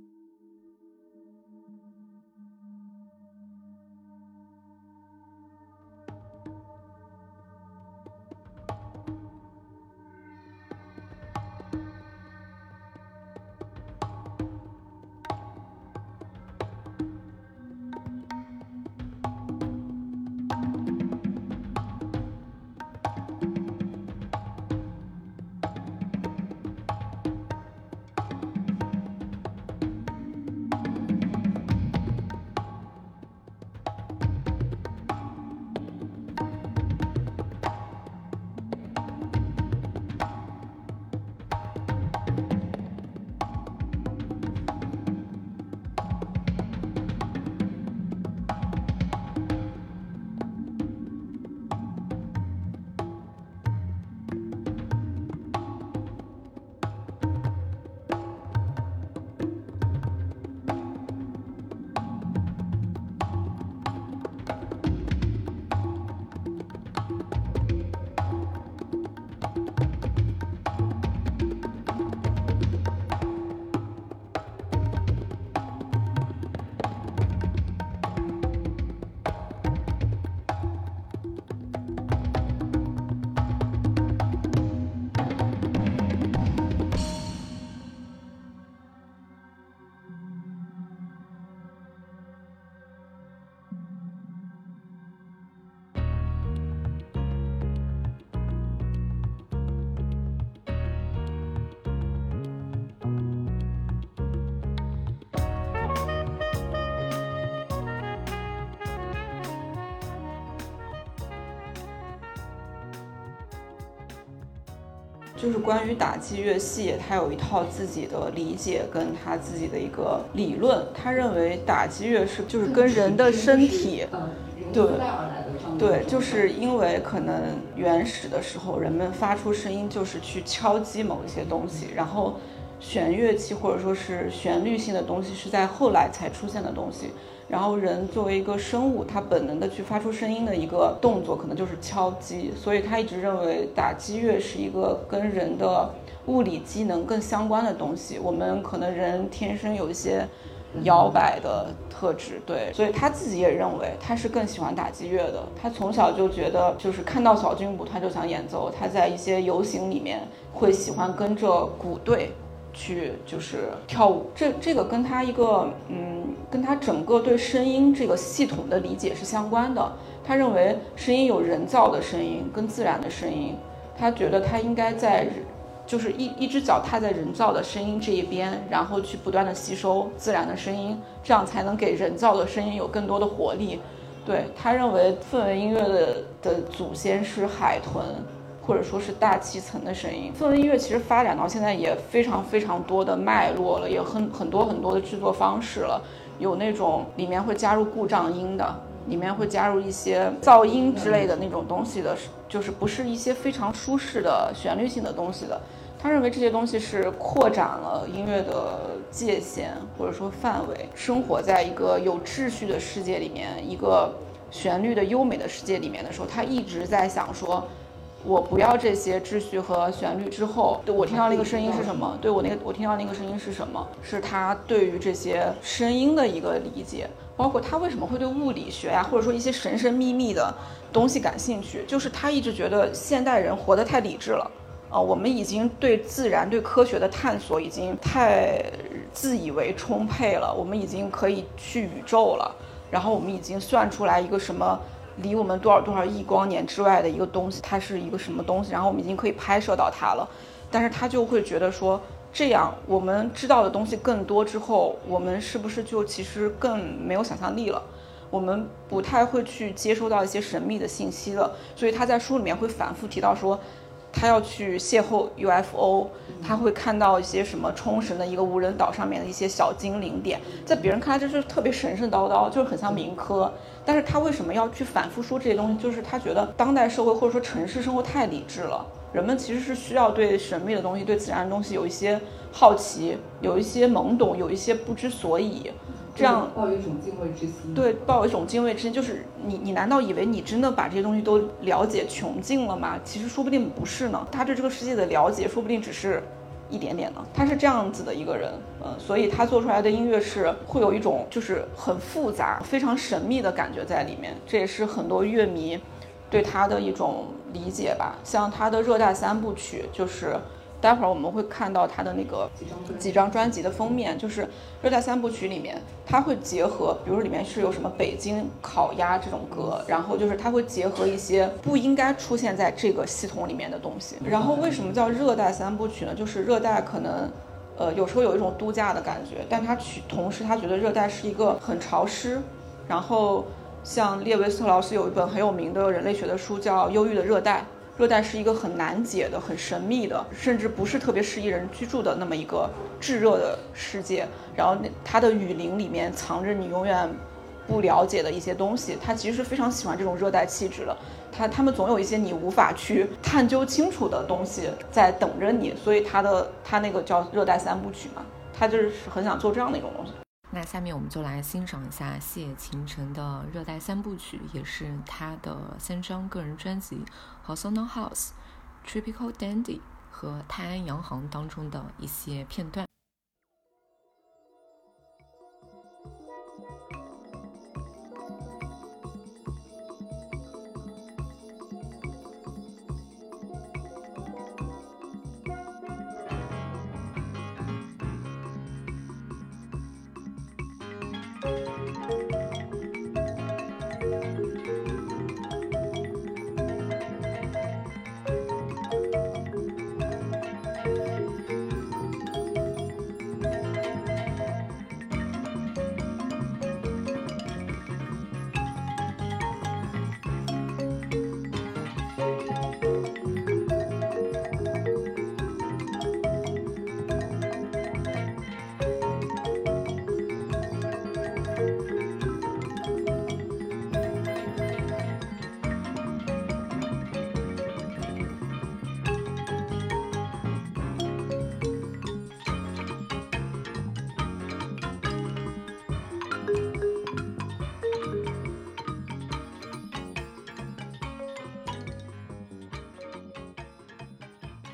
就是关于打击乐系，他有一套自己的理解跟他自己的一个理论。他认为打击乐是就是跟人的身体，对，就是因为可能原始的时候人们发出声音就是去敲击某一些东西，然后弦乐器或者说是旋律性的东西是在后来才出现的东西。然后人作为一个生物，他本能的去发出声音的一个动作可能就是敲击，所以他一直认为打击乐是一个跟人的物理机能更相关的东西。我们可能人天生有一些摇摆的特质，对，所以他自己也认为他是更喜欢打击乐的。他从小就觉得就是看到小军鼓他就想演奏，他在一些游行里面会喜欢跟着鼓队去就是跳舞。这个跟他一个跟他整个对声音这个系统的理解是相关的。他认为声音有人造的声音跟自然的声音，他觉得他应该在就是一只脚踏在人造的声音这一边，然后去不断的吸收自然的声音，这样才能给人造的声音有更多的活力。对，他认为氛围音乐的祖先是海豚或者说是大气层的声音。氛围音乐其实发展到现在也非常非常多的脉络了，也很多的制作方式了，有那种里面会加入故障音的，里面会加入一些噪音之类的那种东西的，就是不是一些非常舒适的旋律性的东西的。他认为这些东西是扩展了音乐的界限或者说范围。生活在一个有秩序的世界里面，一个旋律的优美的世界里面的时候，他一直在想说，我不要这些秩序和旋律之后，对我听到那个声音是什么？对我听到那个声音是什么？是他对于这些声音的一个理解，包括他为什么会对物理学呀，或者说一些神神秘秘的东西感兴趣，就是他一直觉得现代人活得太理智了。我们已经对自然对科学的探索已经太自以为充沛了，我们已经可以去宇宙了，然后我们已经算出来一个什么离我们多少亿光年之外的一个东西，它是一个什么东西，然后我们已经可以拍摄到它了。但是他就会觉得说，这样我们知道的东西更多之后，我们是不是就其实更没有想象力了，我们不太会去接收到一些神秘的信息了。所以他在书里面会反复提到说，他要去邂逅 UFO， 他会看到一些什么冲绳的一个无人岛上面的一些小精灵点，在别人看来这是特别神神叨叨，就是很像民科。但是他为什么要去反复说这些东西，就是他觉得当代社会或者说城市生活太理智了，人们其实是需要对神秘的东西对自然的东西有一些好奇，有一些懵懂，有一些不知所以，这样抱有一种敬畏之心。 对，抱有一种敬畏之心，就是你难道以为你真的把这些东西都了解穷尽了吗？其实说不定不是呢，他对这个世界的了解说不定只是一点点呢。他是这样子的一个人，所以他做出来的音乐是会有一种就是很复杂非常神秘的感觉在里面，这也是很多乐迷对他的一种理解吧。像他的热带三部曲，就是待会儿我们会看到他的那个几张专辑的封面，就是热带三部曲里面他会结合，比如说里面是有什么北京烤鸭这种歌，然后就是他会结合一些不应该出现在这个系统里面的东西。然后为什么叫热带三部曲呢？就是热带可能有时候有一种度假的感觉，但他同时他觉得热带是一个很潮湿，然后像列维斯特劳斯有一本很有名的人类学的书叫《忧郁的热带》，热带是一个很难解的、很神秘的，甚至不是特别适宜人居住的那么一个炙热的世界。然后它的雨林里面藏着你永远不了解的一些东西，他其实是非常喜欢这种热带气质的。他们总有一些你无法去探究清楚的东西在等着你，所以他那个叫热带三部曲嘛，他就是很想做这样的一种东西。 那下面我们就来欣赏一下谢琴晨的热带三部曲，也是他的3张个人专辑 Hosono House、Tropical Dandy 和泰安洋行当中的一些片段。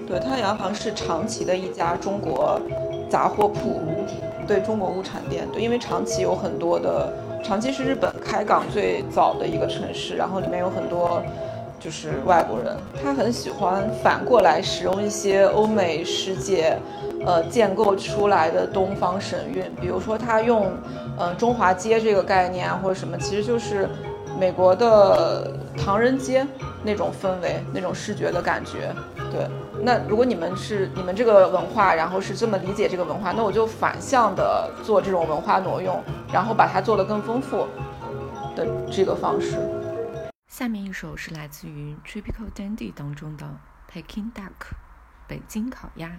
对，太阳行是长崎的一家中国杂货铺，对，中国物产店。对，因为长崎有很多的，长崎是日本开港最早的一个城市，然后里面有很多就是外国人，他很喜欢反过来使用一些欧美世界建构出来的东方神韵，比如说他用中华街这个概念啊或者什么，其实就是美国的唐人街那种氛围，那种视觉的感觉。对，那如果你们这个文化，然后是这么理解这个文化，那我就反向的做这种文化挪用，然后把它做得更丰富的这个方式。 下面一首是来自于 Tropical Dandy 当中的 Peking Duck 北京烤鸭。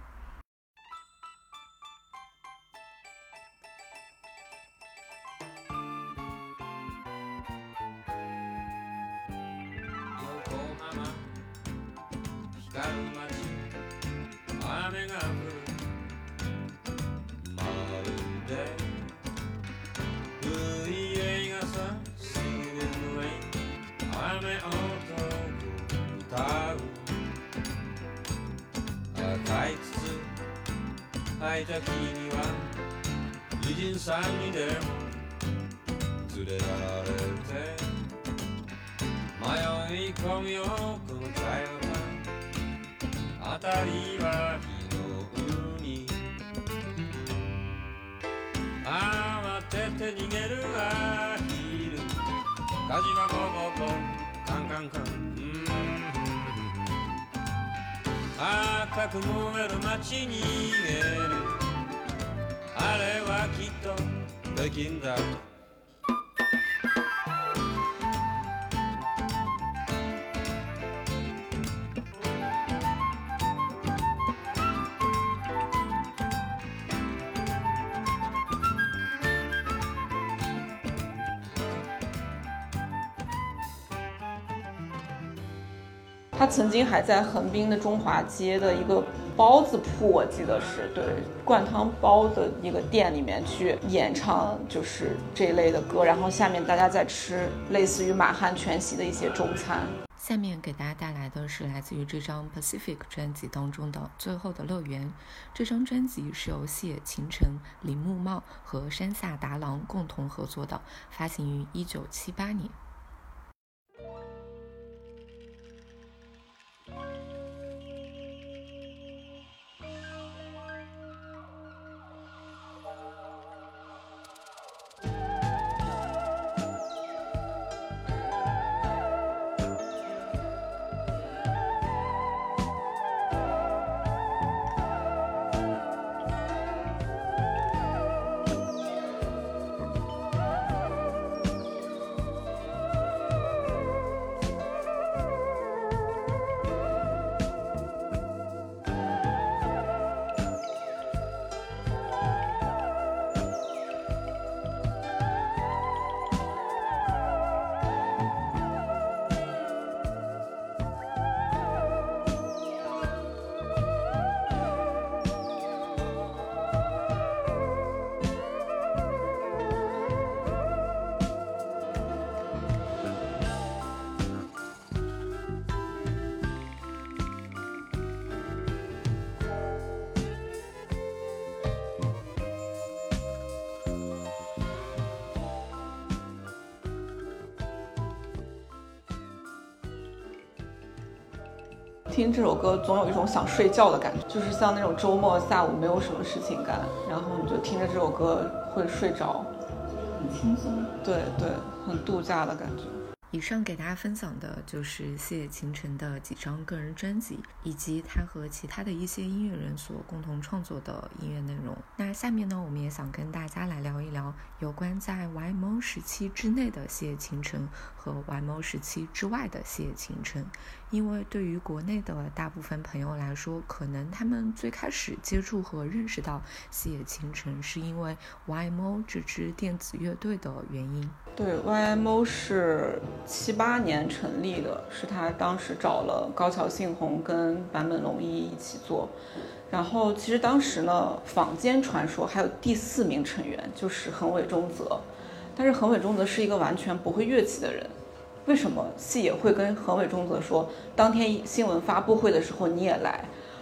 空いた君は美人さんにでも連れられて迷い込むよこの茶色な辺りは火の海慌てて逃げるアヒル火事はボボボカンカンカン赤く燃える街に逃げるあれはきっと北京だ他曾经还在横滨的中华街的一个包子铺，我记得是对灌汤包的一个店里面去演唱就是这一类的歌，然后下面大家在吃类似于满汉全席的一些中餐。 下面给大家带来的是来自于这张 Pacific 专辑当中的最后的乐园。这张专辑是由细野晴臣、铃木茂和山下达郎共同合作的，发行于1978年。 听这首歌总有一种想睡觉的感觉，就是像那种周末下午没有什么事情干，然后你就听着这首歌会睡着， 很轻松。 对对，很度假的感觉。 以上给大家分享的就是细野晴臣的几张个人专辑，以及他和其他的一些音乐人所共同创作的音乐内容。那下面呢，我们也想跟大家来聊一聊有关在 YMO 时期之内的细野晴臣和 YMO 时期之外的细野晴臣。因为对于国内的大部分朋友来说，可能他们最开始接触和认识到细野晴臣是因为 YMO 这支电子乐队的原因。 对， YMO 是78年成立的，是他当时找了高桥幸宏跟坂本龙一一起做。然后其实当时呢，坊间传说还有第4名成员就是横尾中则，但是横尾中则是一个完全不会乐器的人。为什么细野会跟横尾中则说，当天新闻发布会的时候你也来？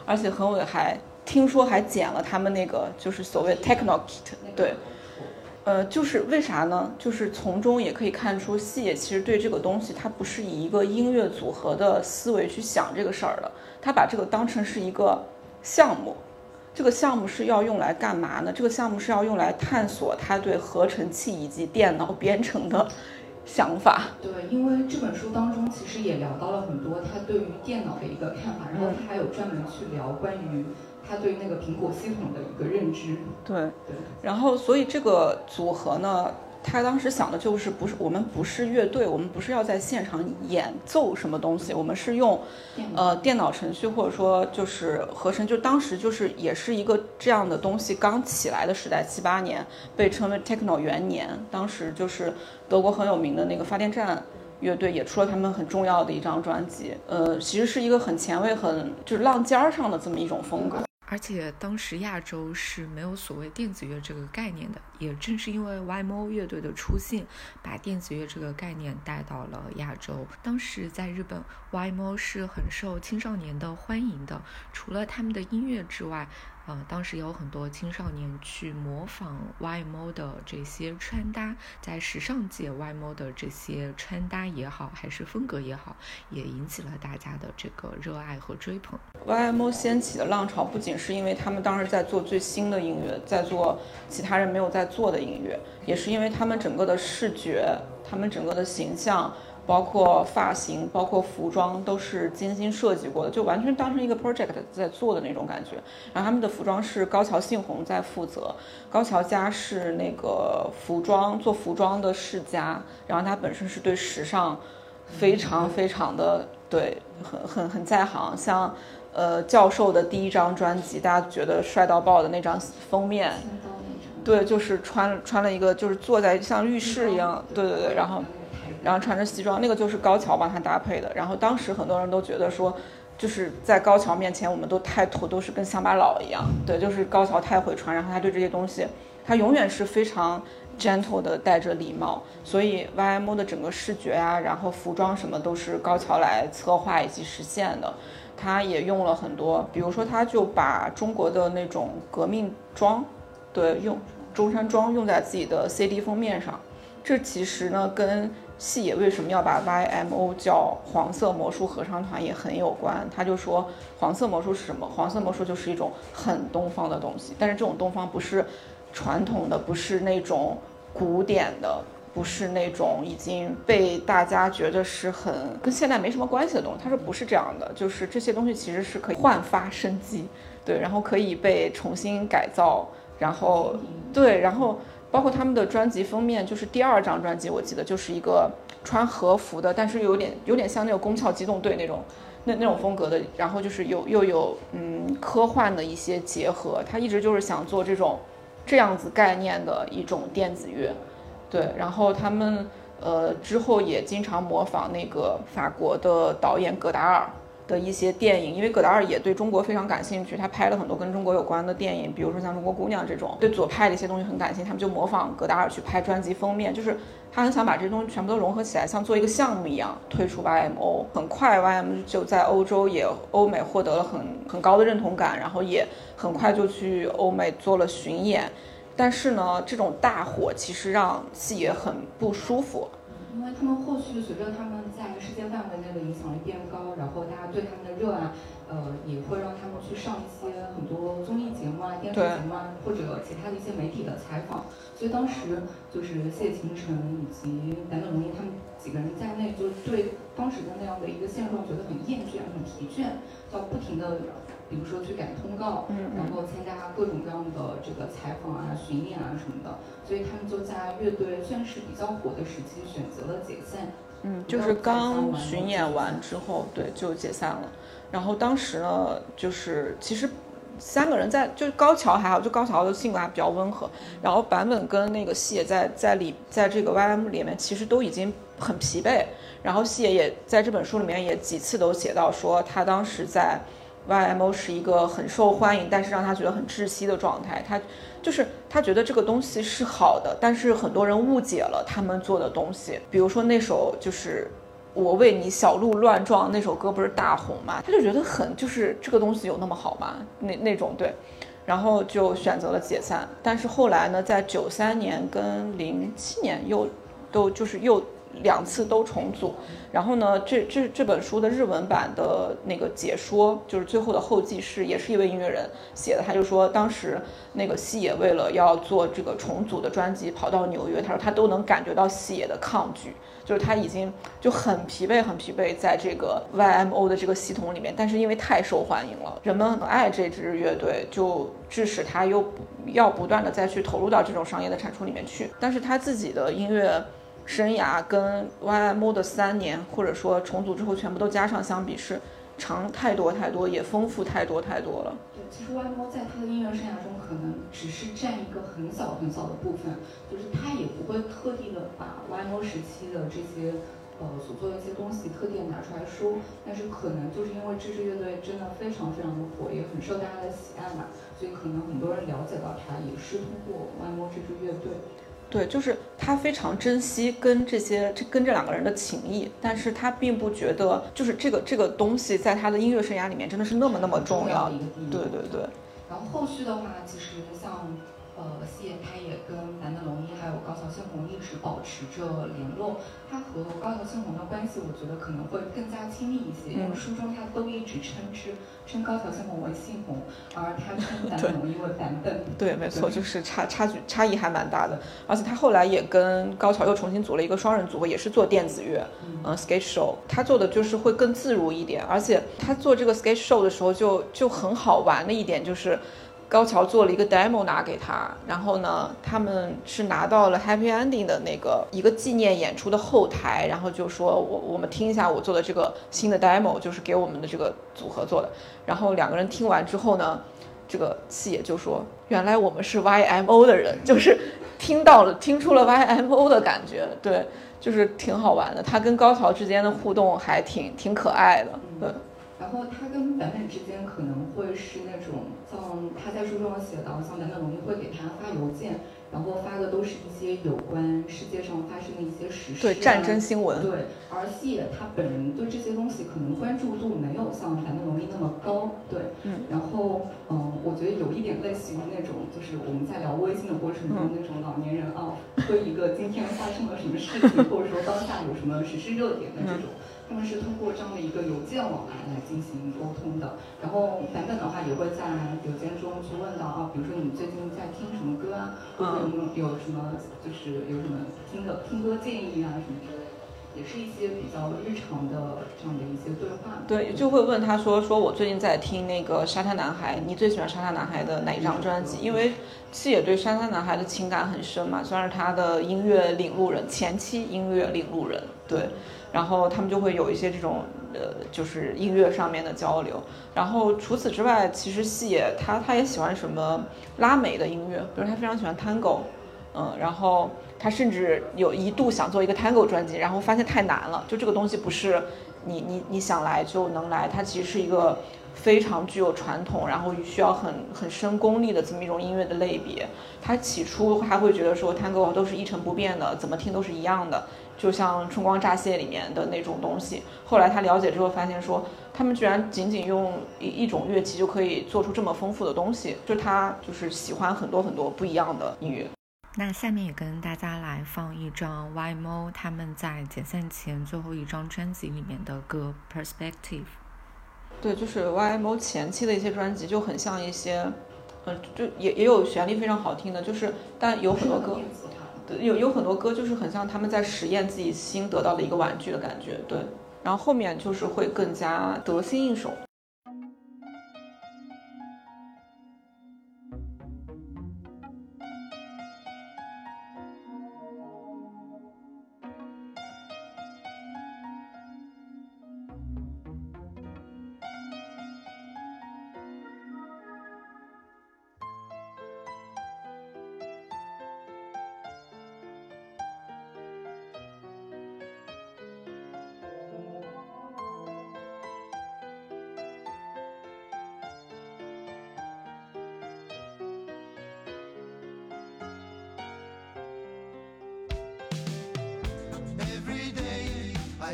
而且横尾还听说还剪了他们那个就是所谓 techno kit， 对。就是为啥呢？就是从中也可以看出，细野其实对这个东西，他不是以一个音乐组合的思维去想这个事儿的，他把这个当成是一个项目。这个项目是要用来干嘛呢？这个项目是要用来探索他对合成器以及电脑编程的想法。 对，因为这本书当中其实也聊到了很多他对于电脑的一个看法，然后他还有专门去聊关于他对那个苹果系统的一个认知。 对，然后所以这个组合呢，他当时想的就是我们不是乐队，我们不是要在现场演奏什么东西，我们是用电脑程序或者说就是合成，就当时就是也是一个这样的东西刚起来的时代，78年被称为 techno 元年，当时就是德国很有名的那个发电站乐队也出了他们很重要的一张专辑，其实是一个很前卫很就是浪尖上的这么一种风格。 而且当时亚洲是没有所谓电子乐这个概念的，也正是因为 YMO 乐队的出现，把电子乐这个概念带到了亚洲。当时在日本 YMO 是很受青少年的欢迎的，除了他们的音乐之外，当时有很多青少年去模仿 YMO 的这些穿搭，在时尚界 YMO 的这些穿搭也好，还是风格也好，也引起了大家的这个热爱和追捧。 YMO 掀起的浪潮不仅是因为他们当时在做最新的音乐，在做其他人没有在做的音乐，也是因为他们整个的视觉，他们整个的形象，包括发型，包括服装都是精心设计过的，就完全当成一个 project 在做的那种感觉。然后他们的服装是高桥幸宏在负责，高桥家是那个做服装的世家，然后他本身是对时尚非常非常的对很在行，像教授的第一张专辑大家觉得帅到爆的那张封面，对，就是穿了一个就是坐在像浴室一样，对，然后穿着西装，那个就是高桥帮他搭配的。然后当时很多人都觉得说，就是在高桥面前我们都太土，都是跟乡巴佬一样，对，就是高桥太会穿，然后他对这些东西他永远是非常 gentle 的带着礼貌，所以 YMO 的整个视觉啊，然后服装什么都是高桥来策划以及实现的。他也用了很多，比如说他就把中国的那种革命装，对，用中山装用在自己的 CD 封面上。这其实呢跟细野为什么要把 YMO 叫黄色魔术合唱团也很有关。他就说黄色魔术是什么？黄色魔术就是一种很东方的东西，但是这种东方不是传统的，不是那种古典的，不是那种已经被大家觉得是很跟现代没什么关系的东西。他说不是这样的，就是这些东西其实是可以焕发生机，对，然后可以被重新改造，然后对，然后包括他们的专辑封面，就是第2张专辑我记得就是一个穿和服的，但是有点像那种宫壳机动队那种风格的，然后就是又有科幻的一些结合。他一直就是想做这样子概念的一种电子乐，对。然后他们之后也经常模仿那个法国的导演葛达尔的一些电影，因为葛达尔也对中国非常感兴趣，他拍了很多跟中国有关的电影，比如说像中国姑娘这种，对左派的一些东西很感兴趣，他们就模仿葛达尔去拍专辑封面，就是他很想把这些东西全部都融合起来，像做一个项目一样推出 YMO。 很快 YMO 就在欧美获得了很高的认同感，然后也很快就去欧美做了巡演。但是呢，这种大火其实让细野很不舒服， 因为他们后续随着他们在世界范围内的影响力变高，然后大家对他们的热爱，也会让他们去上一些很多综艺节目啊、电视节目啊，或者其他的一些媒体的采访。所以当时就是谢晴晨以及坂本龙一他们几个人在内，就对当时的那样的一个现状觉得很厌倦、很疲倦，要不停的，比如说去赶通告，然后参加各种各样的这个采访啊、巡演啊什么的。所以他们就在乐队算是比较火的时期选择了解散。 就是刚巡演完之后，对，就解散了。然后当时呢，就是其实3个人就是高桥还好，就高桥的性格还比较温和，然后坂本跟那个细野在这个 YM 里面其实都已经很疲惫。然后细野也在这本书里面也几次都写到说，他当时在 YMO 是一个很受欢迎，但是让他觉得很窒息的状态。他觉得这个东西是好的，但是很多人误解了他们做的东西。比如说那首就是我为你小鹿乱撞那首歌不是大红嘛，他就觉得很就是这个东西有那么好吗？那种对，然后就选择了解散。但是后来呢，在93年跟07年又2次都重组。然后呢，这本书的日文版的那个解说，就是最后的后记是也是一位音乐人写的。他就说，当时那个细野为了要做这个重组的专辑，跑到纽约，他说他都能感觉到细野的抗拒，就是他已经就很疲惫在这个 YMO 的这个系统里面，但是因为太受欢迎了，人们很爱这支乐队，就致使他又要不断的再去投入到这种商业的产出里面去。但是他自己的音乐生涯跟 YMO 的3年，或者说重组之后全部都加上相比，是长太多，也丰富太多了。 对，其实 YMO 在他的音乐生涯中可能只是占一个很小的部分，就是他也不会特地的把 YMO 时期的这些所做的一些东西特地拿出来说，但是可能就是因为这支乐队真的非常的火，也很受大家的喜爱嘛，所以可能很多人了解到他也是通过 YMO 这支乐队。 对，就是他非常珍惜跟这2个人的情谊，但是他并不觉得就是这个东西在他的音乐生涯里面真的是那么重要。对。 然后后续的话，其实像细野他也跟坂本龙一还有高桥幸宏一直保持着联络。他和高桥幸宏的关系，我觉得可能会更加亲密一些，因为书中他都一直称高桥幸宏为幸宏，而他称坂本龙一为坂本。 对，没错，就是差异还蛮大的。而且他后来也跟高桥又重新组了一个双人组合，也是做电子乐，skate show。他做的就是会更自如一点，而且他做这个 skate show 的时候就很好玩的一点就是。高桥做了一个 demo 拿给他，然后呢，他们是拿到了 Happy Ending 的那个一个纪念演出的后台，然后就说我们听一下我做的这个新的 demo， 就是给我们的这个组合做的。然后2个人听完之后呢，这个细野就说，原来我们是 YMO 的人，就是听出了 YMO 的感觉，对，就是挺好玩的。他跟高桥之间的互动还挺可爱的，对。 然后他跟坂本之间可能会是那种，像他在书中有写到，像坂本龙一会给他发邮件，然后发的都是一些有关世界上发生的一些时事， 对，战争新闻。 对，而细野他本人对这些东西可能关注度没有像坂本龙一那么高，对，然后我觉得有一点类似于那种，就是我们在聊微信的过程中那种老年人啊，推一个今天发生了什么事情，或者说当下有什么时事热点的这种。他们是通过这样的一个邮件往来进行沟通的，然后版本的话也会在邮件中去问到啊，比如说你最近在听什么歌啊，或者有什么就是有什么听歌建议啊什么之类的，也是一些比较日常的这样的一些对话。 对，就会问他说我最近在听那个沙滩男孩，你最喜欢沙滩男孩的哪一张专辑？因为细野对沙滩男孩的情感很深嘛，算是他的音乐领路人，前期音乐领路人，对。然后他们就会有一些这种就是音乐上面的交流。然后除此之外，其实细野他也喜欢什么拉美的音乐，比如他非常喜欢 Tango，然后他甚至有一度想做一个 Tango 专辑，然后发现太难了，就这个东西不是你想来就能来，它其实是一个非常具有传统，然后需要很深功力的这么一种音乐的类别。他起初还会觉得说 Tango 都是一成不变的，怎么听都是一样的，就像春光乍泄里面的那种东西。后来他了解之后发现说，他们居然仅仅用一种乐器就可以做出这么丰富的东西，就他就是喜欢很多不一样的音乐。 那下面也跟大家来放一张 YMO 他们在解散前最后一张专辑里面的歌 Perspective。 对，就是 YMO 前期的一些专辑就很像一些就也有旋律非常好听的，就是但有很多歌有很多歌就是很像他们在实验自己新得到的一个玩具的感觉，对。然后后面就是会更加得心应手。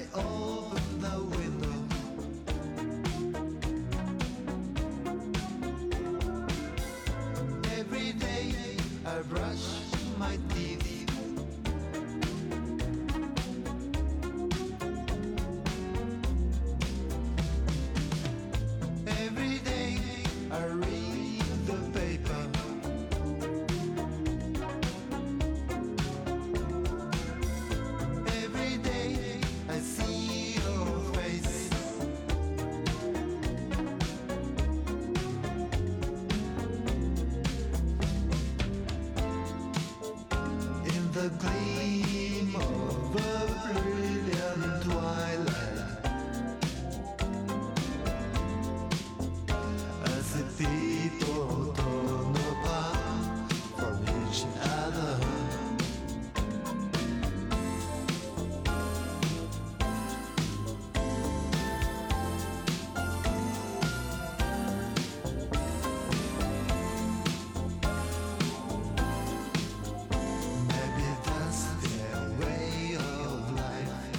open the window. Every day I brush my teeth. Every day I read the paper. Every day I see your face. In the gleam of a brilliant twilight, as if people torn apart from each other. Maybe that's their way of life.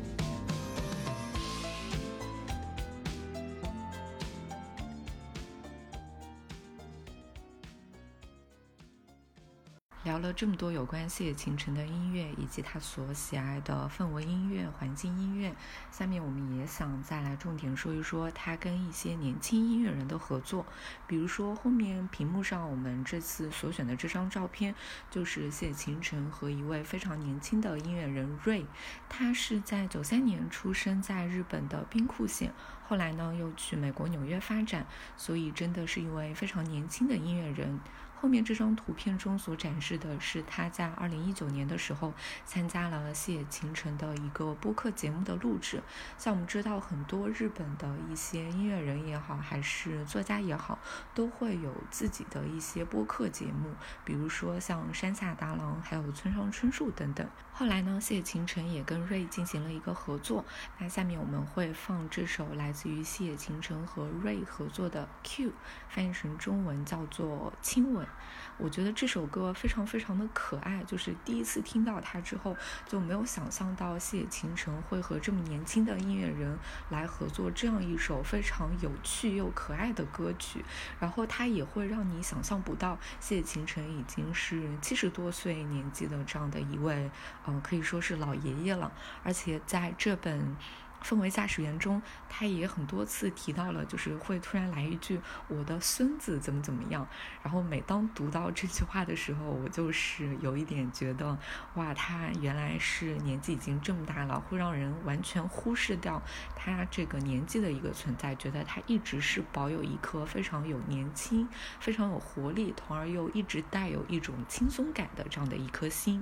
聊了这么多有关谢秦城的音乐以及他所喜爱的氛围音乐、环境音乐，下面我们也想再来重点说一说他跟一些年轻音乐人的合作。比如说后面屏幕上我们这次所选的这张照片，就是谢秦城和一位非常年轻的音乐人瑞。他是在93年出生在日本的兵库县，后来呢又去美国纽约发展，所以真的是一位非常年轻的音乐人。后面这张图片中所展示的是他在2019年的时候参加了谢秦城的一个播客节目的录制。像我们知道很多日本的一些音乐人也好，还是作家也好，都会有自己的一些播客节目，比如说像山下达郎还有村上春树等等。后来呢，谢秦城也跟瑞进行了一个合作，那下面我们会放这首来自于谢秦城和瑞合作的 Q， 翻译成中文叫做亲吻。我觉得这首歌非常非常的可爱，就是第一次听到它之后就没有想象到谢秦城会和这么年轻的音乐人来合作这样一首非常有趣又可爱的歌曲，然后它也会让你想象不到谢秦城已经是70多岁年纪的这样的一位可以说是老爷爷了。而且在这本氛围驾驶员中，他也很多次提到了，就是会突然来一句我的孙子怎么怎么样，然后每当读到这句话的时候，我就是有一点觉得哇，他原来是年纪已经这么大了，会让人完全忽视掉他这个年纪的一个存在，觉得他一直是保有一颗非常有年轻、非常有活力，同而又一直带有一种轻松感的这样的一颗心。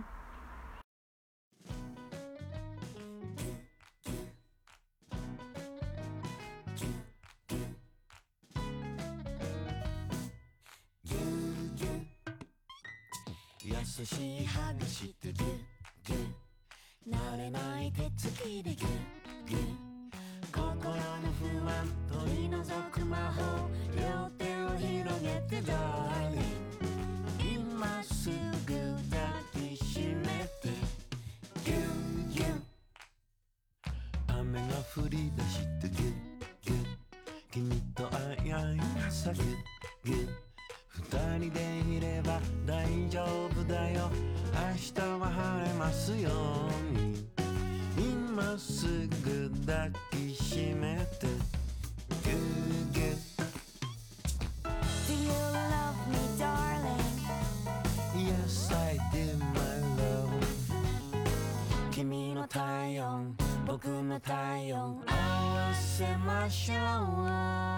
優しいハグしてギュッギュッ慣れない手つきでギュッギュッ心の不安取り除く魔法両手を広げて Darling 今すぐ抱きしめてギュッギュッ雨が降り出してギュッギュッ君とあやいさギュッギュッ二人でいれば大丈夫だよ明日は晴れますように今すぐ抱きしめてギュッギュッ Do you love me darling? Yes I do my love 君の体温僕の体温合わせましょう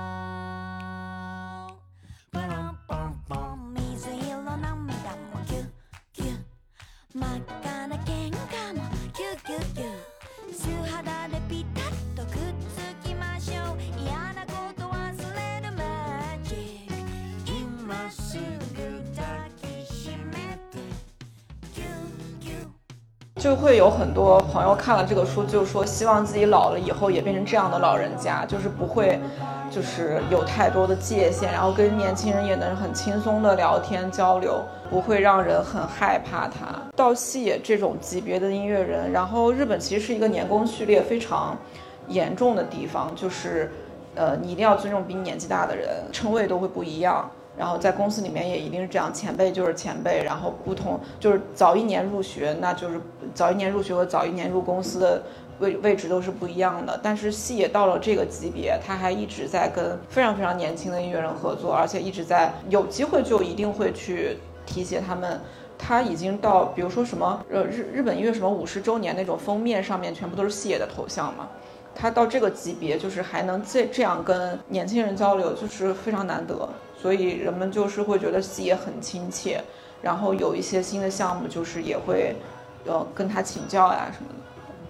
真っ赤な喧嘩もキュッキュッキュッ素肌でピタッとくっつきましょう嫌なこと忘れるマジック今すぐ抱きしめてキュッキュッ就会有很多朋友看了这个书，就是说希望自己老了以后也变成这样的老人家，就是不会就是有太多的界限，然后跟年轻人也能很轻松的聊天交流，不会让人很害怕他。 到细野这种级别的音乐人，然后日本其实是一个年功序列非常严重的地方，就是你一定要尊重比你年纪大的人，称谓都会不一样。然后在公司里面也一定是这样，前辈就是前辈，然后不同就是早1年入学，那就是早1年入学和早1年入公司的位置都是不一样的。但是细野到了这个级别，他还一直在跟非常非常年轻的音乐人合作，而且一直在有机会就一定会去提携他们。他已经到比如说什么日本音乐什么50周年那种封面上面全部都是细野的头像嘛。他到这个级别就是还能这样跟年轻人交流，就是非常难得，所以人们就是会觉得细野很亲切，然后有一些新的项目就是也会跟他请教呀什么的。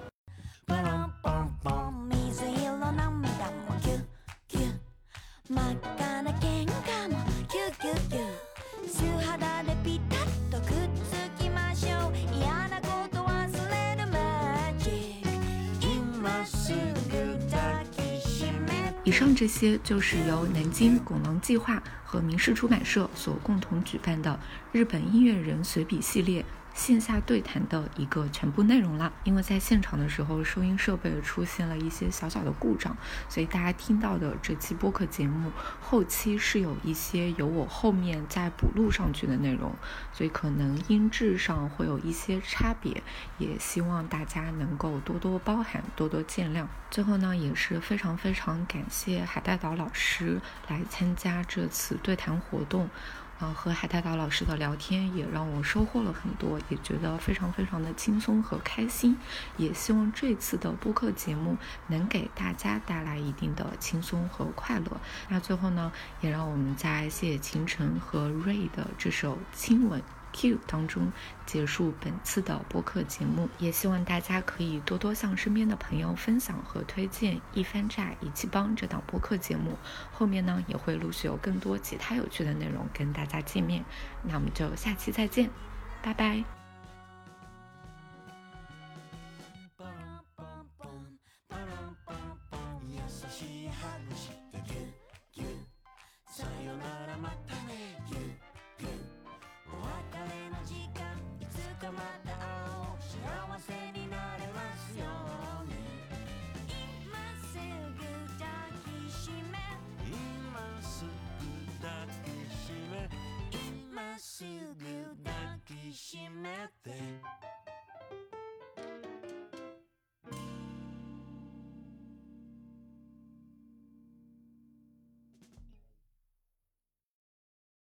以上这些就是由南京拱廊计划和明世出版社所共同举办的日本音乐人随笔系列线下对谈的一个全部内容了。因为在现场的时候收音设备出现了一些小小的故障，所以大家听到的这期播客节目后期是有一些由我后面再补录上去的内容，所以可能音质上会有一些差别，也希望大家能够多多包涵，多多见谅。最后呢，也是非常非常感谢海带岛老师来参加这次对谈活动。和海带岛老师的聊天也让我收获了很多，也觉得非常非常的轻松和开心，也希望这次的播客节目能给大家带来一定的轻松和快乐。那最后呢，也让我们在谢谢秦晨和 Ray 的这首亲吻Q 当中结束本次的播客节目，也希望大家可以多多向身边的朋友分享和推荐一番炸一起帮这档播客节目，后面呢也会陆续有更多其他有趣的内容跟大家见面。那我们就下期再见，拜拜。